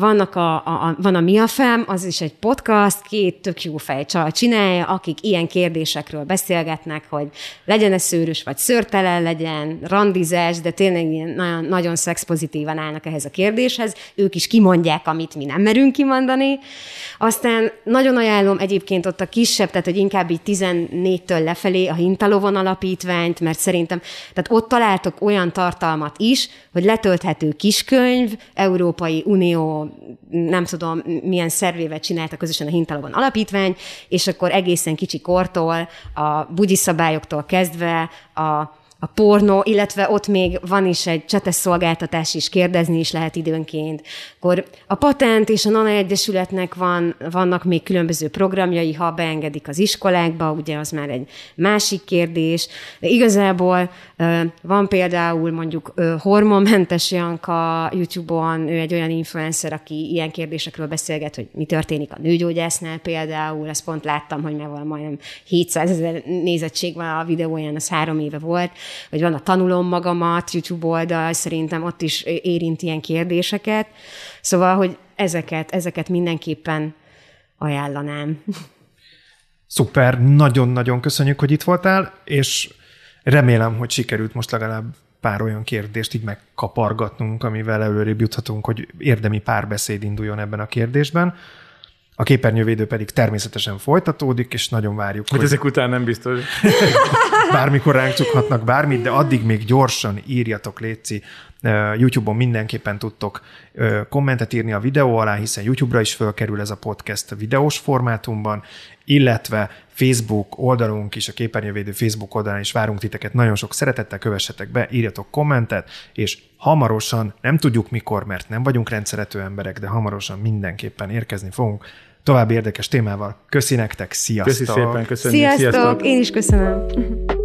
van a Miafem, az is egy podcast, 2 tök jó fejcsal csinálja, akik ilyen kérdésekről beszélgetnek, hogy legyen-e szőrös, vagy szőrtelen legyen, randizás, de tényleg ilyen nagyon, nagyon szexpozitívan állnak ehhez a kérdéshez. Ők is kimondják, amit mi nem merünk kimondani. Aztán nagyon ajánlom egyébként ott a kisebb, tehát hogy inkább így 14-től lefelé a Hintalovon alapítványt, mert szerintem, tehát ott találtok olyan tartalmat is, hogy letölthető kiskönyv, Európai Unió, nem tudom milyen szervével csináltak közösen a Hintalovon alapítvány, és akkor egészen kicsi kortól, a bugyi szabályoktól kezdve a pornó, illetve ott még van is egy csetes szolgáltatás is, kérdezni is lehet időnként. Akkor a Patent és a Nana Egyesületnek vannak még különböző programjai, ha beengedik az iskolákba, ugye az már egy másik kérdés. De igazából van például mondjuk Hormonmentes Janka YouTube-on, ő egy olyan influencer, aki ilyen kérdésekről beszélget, hogy mi történik a nőgyógyásznál például. Ezt pont láttam, hogy már majdnem 700 000 nézettség van a videóján, az 3 éve volt. Vagy van a Tanulom magamat YouTube oldal, szerintem ott is érint ilyen kérdéseket. Szóval, hogy ezeket mindenképpen ajánlanám. Szuper, nagyon-nagyon köszönjük, hogy itt voltál, és remélem, hogy sikerült most legalább pár olyan kérdést így megkapargatnunk, amivel előrébb juthatunk, hogy érdemi párbeszéd induljon ebben a kérdésben. A képernyővédő pedig természetesen folytatódik, és nagyon várjuk, hogy ezek után nem biztos. Bármikor ránk csukhatnak bármit, de addig még gyorsan írjatok, létszi. YouTube-on mindenképpen tudtok kommentet írni a videó alá, hiszen YouTube-ra is fölkerül ez a podcast videós formátumban, illetve Facebook oldalunk is, a képernyővédő Facebook oldalán is várunk titeket. Nagyon sok szeretettel, kövessetek be, írjatok kommentet, és hamarosan, nem tudjuk mikor, mert nem vagyunk rendszerető emberek, de hamarosan mindenképpen érkezni fogunk további érdekes témával. Köszi nektek, sziasztok! Köszi szépen, köszönjük, sziasztok! Én is köszönöm!